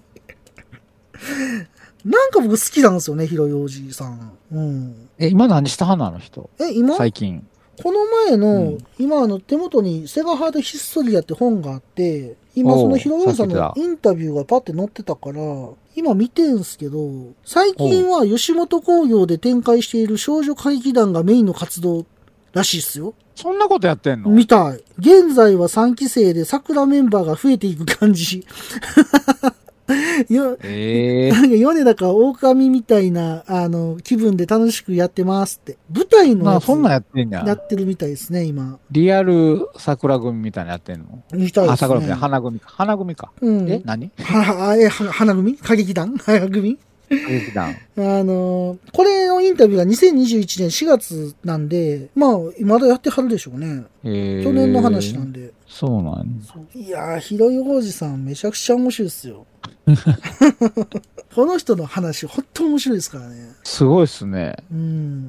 なんか僕好きなんですよね、ひろようじさん。うん。 え、今何したはんのあの人。 え、今最近。 この前の、うん、今あの手元にセガハードヒストリアって本があって、今そのひろようじさんのインタビューがパッて載ってたから、今見てんすけど、最近は吉本興業で展開している少女歌劇団がメインの活動らしいっすよ。 そんなことやってんの？ みたい。現在はさんき生で桜メンバーが増えていく感じ。よ、えー、なんか米田か狼みたいな、あの、気分で楽しくやってますって。舞台のやつ。 そんなんやってんや。 やってるみたいですね、今。 リアル桜組みたいなやってんの？ みたいですね。あ、 桜組、花組か。花組か。うん。え、何？ は、え、花組？歌劇団？花組？ 歌劇団。 あの、これのインタビューがにせんにじゅういちねんしがつなんで、まあ、まだやってはるでしょうね。えー、去年の話なんで。 そうなん、 いやー、ひろようじさんめちゃくちゃ面白いですよ。この人の話、ほんと面白いですからね。 すごいっすね。 うん。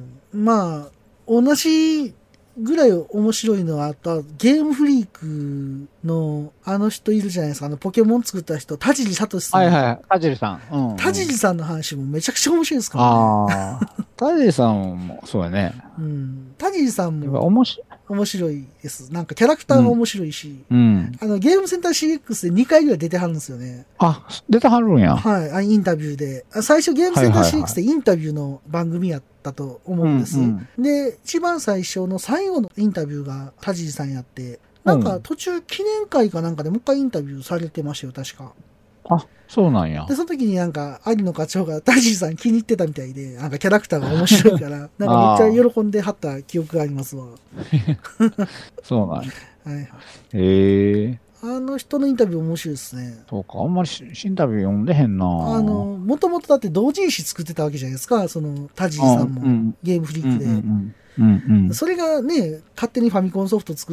まあ、同じぐらい面白いのは、あとゲームフリークのあの人いるじゃないですか。あのポケモン作った人、田尻聡さん。 はいはい、田尻さん。うんうん、 田尻さんの話もめちゃくちゃ面白いですからね。ああ。田尻さんも、そうやね。 うん。田尻さんも。 面白い。 面白いです。なんかキャラクターが面白いし、うんうん、あのゲームセンター シーエックス でにかいぐらい出てはるんですよね。 あ、出てはるんや。 はい、インタビューで。最初ゲームセンター シーエックス でインタビューの番組やったと思うんです。で、一番最初の最後のインタビューが田尻さんやって、なんか途中記念会かなんかでもう一回インタビューされてましたよ、確か。 あ、そうなんや。 で、その時になんか、有野課長が田尻さん気に入ってたみたいで、なんかキャラクターが面白いから、なんかめっちゃ喜んではった記憶がありますわ。 そうなんや。 はいはい。 へえ。 あの人のインタビュー面白いですね。 そうか、あんまりインタビュー読んでへんな。 あの、もともとだって同人誌作ってたわけじゃないですか、その田尻さんも、うん、ゲームフリークで。うんうんうん、それがね、勝手にファミコンソフト作って、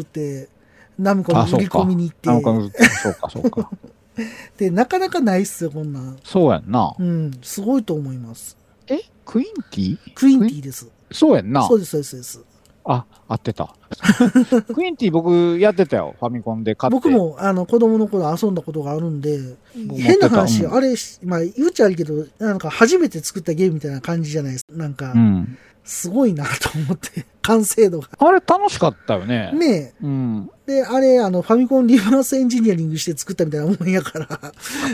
ナムコに売り込みに行って。 そうか、そうか。 で、なかなかないっすよ、こんなん。 そうやんな。 うん、すごいと思います。 えクインティクインティです。 そうやんな。 そうです、そうです、そうです。 あ、合ってた。クインティ僕やってたよ、ファミコンで買って。 僕も、あの、子供の頃遊んだことがあるんで、変な話、うん、あれ、まあ、言っちゃあるけど、なんか初めて作ったゲームみたいな感じじゃないですか。なんか、うん、すごいなと思って、完成度が。 あれ楽しかったよね。 ねえ。うん。で、あれ、あの、ファミコンリバースエンジニアリングして作ったみたいなもんやから、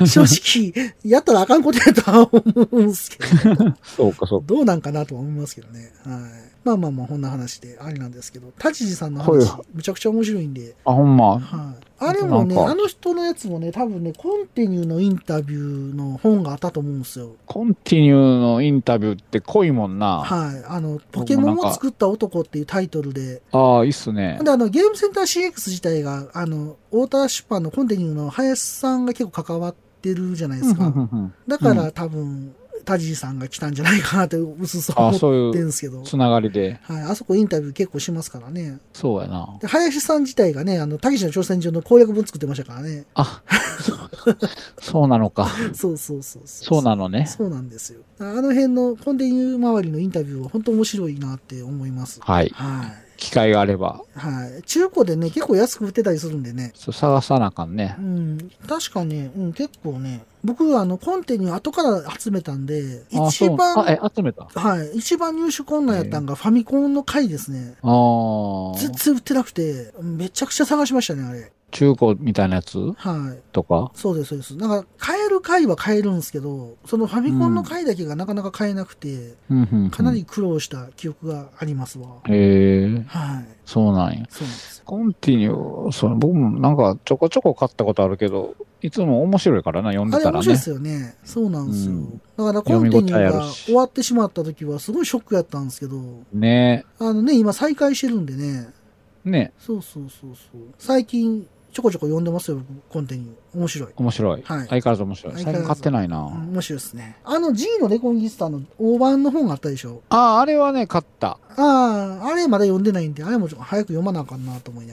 正直、やったらあかんことやとは思うんすけど。 そうか、そうか。 どうなんかなとは思いますけどね。はい。まあまあまあ、こんな話でありなんですけど、田尻さんの話、むちゃくちゃ面白いんで。 あ、ほんま。 はい。あれもね、あの人のやつもね、多分ね、コンティニューのインタビューの本があったと思うんですよ。 コンティニューのインタビューって濃いもんな。 はい。あの、ポケモンを作った男っていうタイトルで。 ああ、いいっすね。 で、あの、ゲームセンター シーエックス 自体が、あの、太田出版のコンティニューの林さんが結構関わってるじゃないですか。だから多分、田尻さんが来たんじゃないかなってうすす思ってるんですけど。 そういうつながりで。 はい。あそこインタビュー結構しますからね。 そうやな。 で、林さん自体がね、あの、たけしの挑戦状の攻略本作ってましたからね。 あ、そうなのか。 そうそうそうそう。 そうなのね。 そうなんですよ。あの辺のコンティニュー周りのインタビューは本当面白いなって思います。 はい。はい。機会があれば。 はい。中古でね、結構安く売ってたりするんでね。 そう、探さなあかんね。 うん。確かね、うん、結構ね、僕、あの、コンテに後から集めたんで、一番、 あ、え、集めたはい。一番入手困難やったんがファミコンの回ですね。ああ。全然売ってなくて、めちゃくちゃ探しましたね、あれ。 中古みたいなやつはい。 とかそうです、そうです。なんか、買える回は買えるんですけど、そのファミコンの回だけがなかなか買えなくて、うん、かなり苦労した記憶がありますわ。 へえ。 はい。 そうなんや。 そうなんですよ。 コンティニュー、その僕もなんかちょこちょこ買ったことあるけど、いつも面白いからな、読んでたらね。 あれ面白いですよね。そうなんですよ。うん、だからコンティニューが終わってしまった時はすごいショックやったんですけど、 ねあのね、今再開してるんでね。 ねそうそうそうそう。最近、ちょこちょこ読んでますよ、僕、コンテニュー。面白い。 面白い。はい。相変わらず面白い。最近買ってないな。 面白いですね。あの G のレコンギスタの大判の本があったでしょ。 ああ、あれはね、買った。 ああ、あれまだ読んでないんで、あれも早く読まなあかんなと思いながら。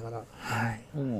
はい。 うん、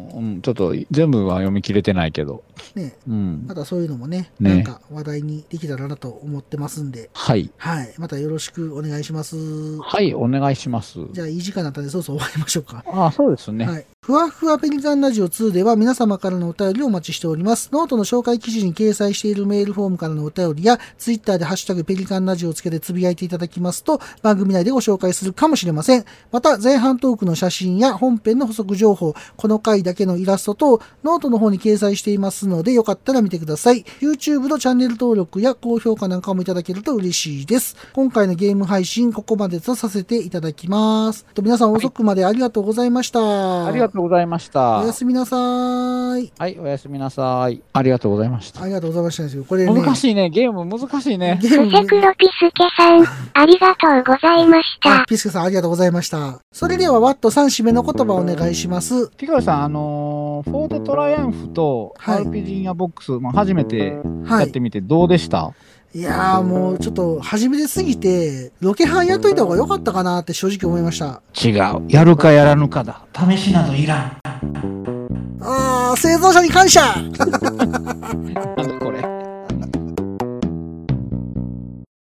ちょっと全部は読み切れてないけど。 ね、 うん。 またそういうのもね、ねなんか話題にできたらなと思ってますんで。 はい。 はい。またよろしくお願いします。 はい、お願いします。 じゃあ、いい時間だったんで、そうそう終わりましょうか。 ああ、そうですね。 はい。ふわふわペリカンラジオツーでは皆様からのお便りをお待ちしております。ノートの紹介記事に掲載しているメールフォームからのお便りや、ツイッターでハッシュタグペリカンラジオをつけてつぶやいていただきますと、番組内でご紹介するかもしれません。また、前半トークの写真や本編の補足情報、この回だけのイラストと、ノートの方に掲載していますので、よかったら見てください。YouTube のチャンネル登録や高評価なんかもいただけると嬉しいです。今回のゲーム配信、ここまでとさせていただきます。と皆さん遅くまでありがとうございました。はい、 ありがとうございました。 おやすみなさい。 はい、おやすみなさい。ありがとうございました。 ありがとうございました。これね、難しいね。ゲーム難しいね。 ゲーム。クロピスケさん、ありがとうございました。 ピスケさん、ありがとうございました。それでは、ワットさん締めの言葉をお願いします。 ピカルさん、あのー、フォートトライアンフと アールピージー インアボックス、まあ、初めてやってみてどうでした？はい、 いやーもうちょっと初めてすぎて、ロケハンやっといた方が良かったかなって正直思いました。 違う。やるかやらぬかだ。試しなどいらん。 あー、製造者に感謝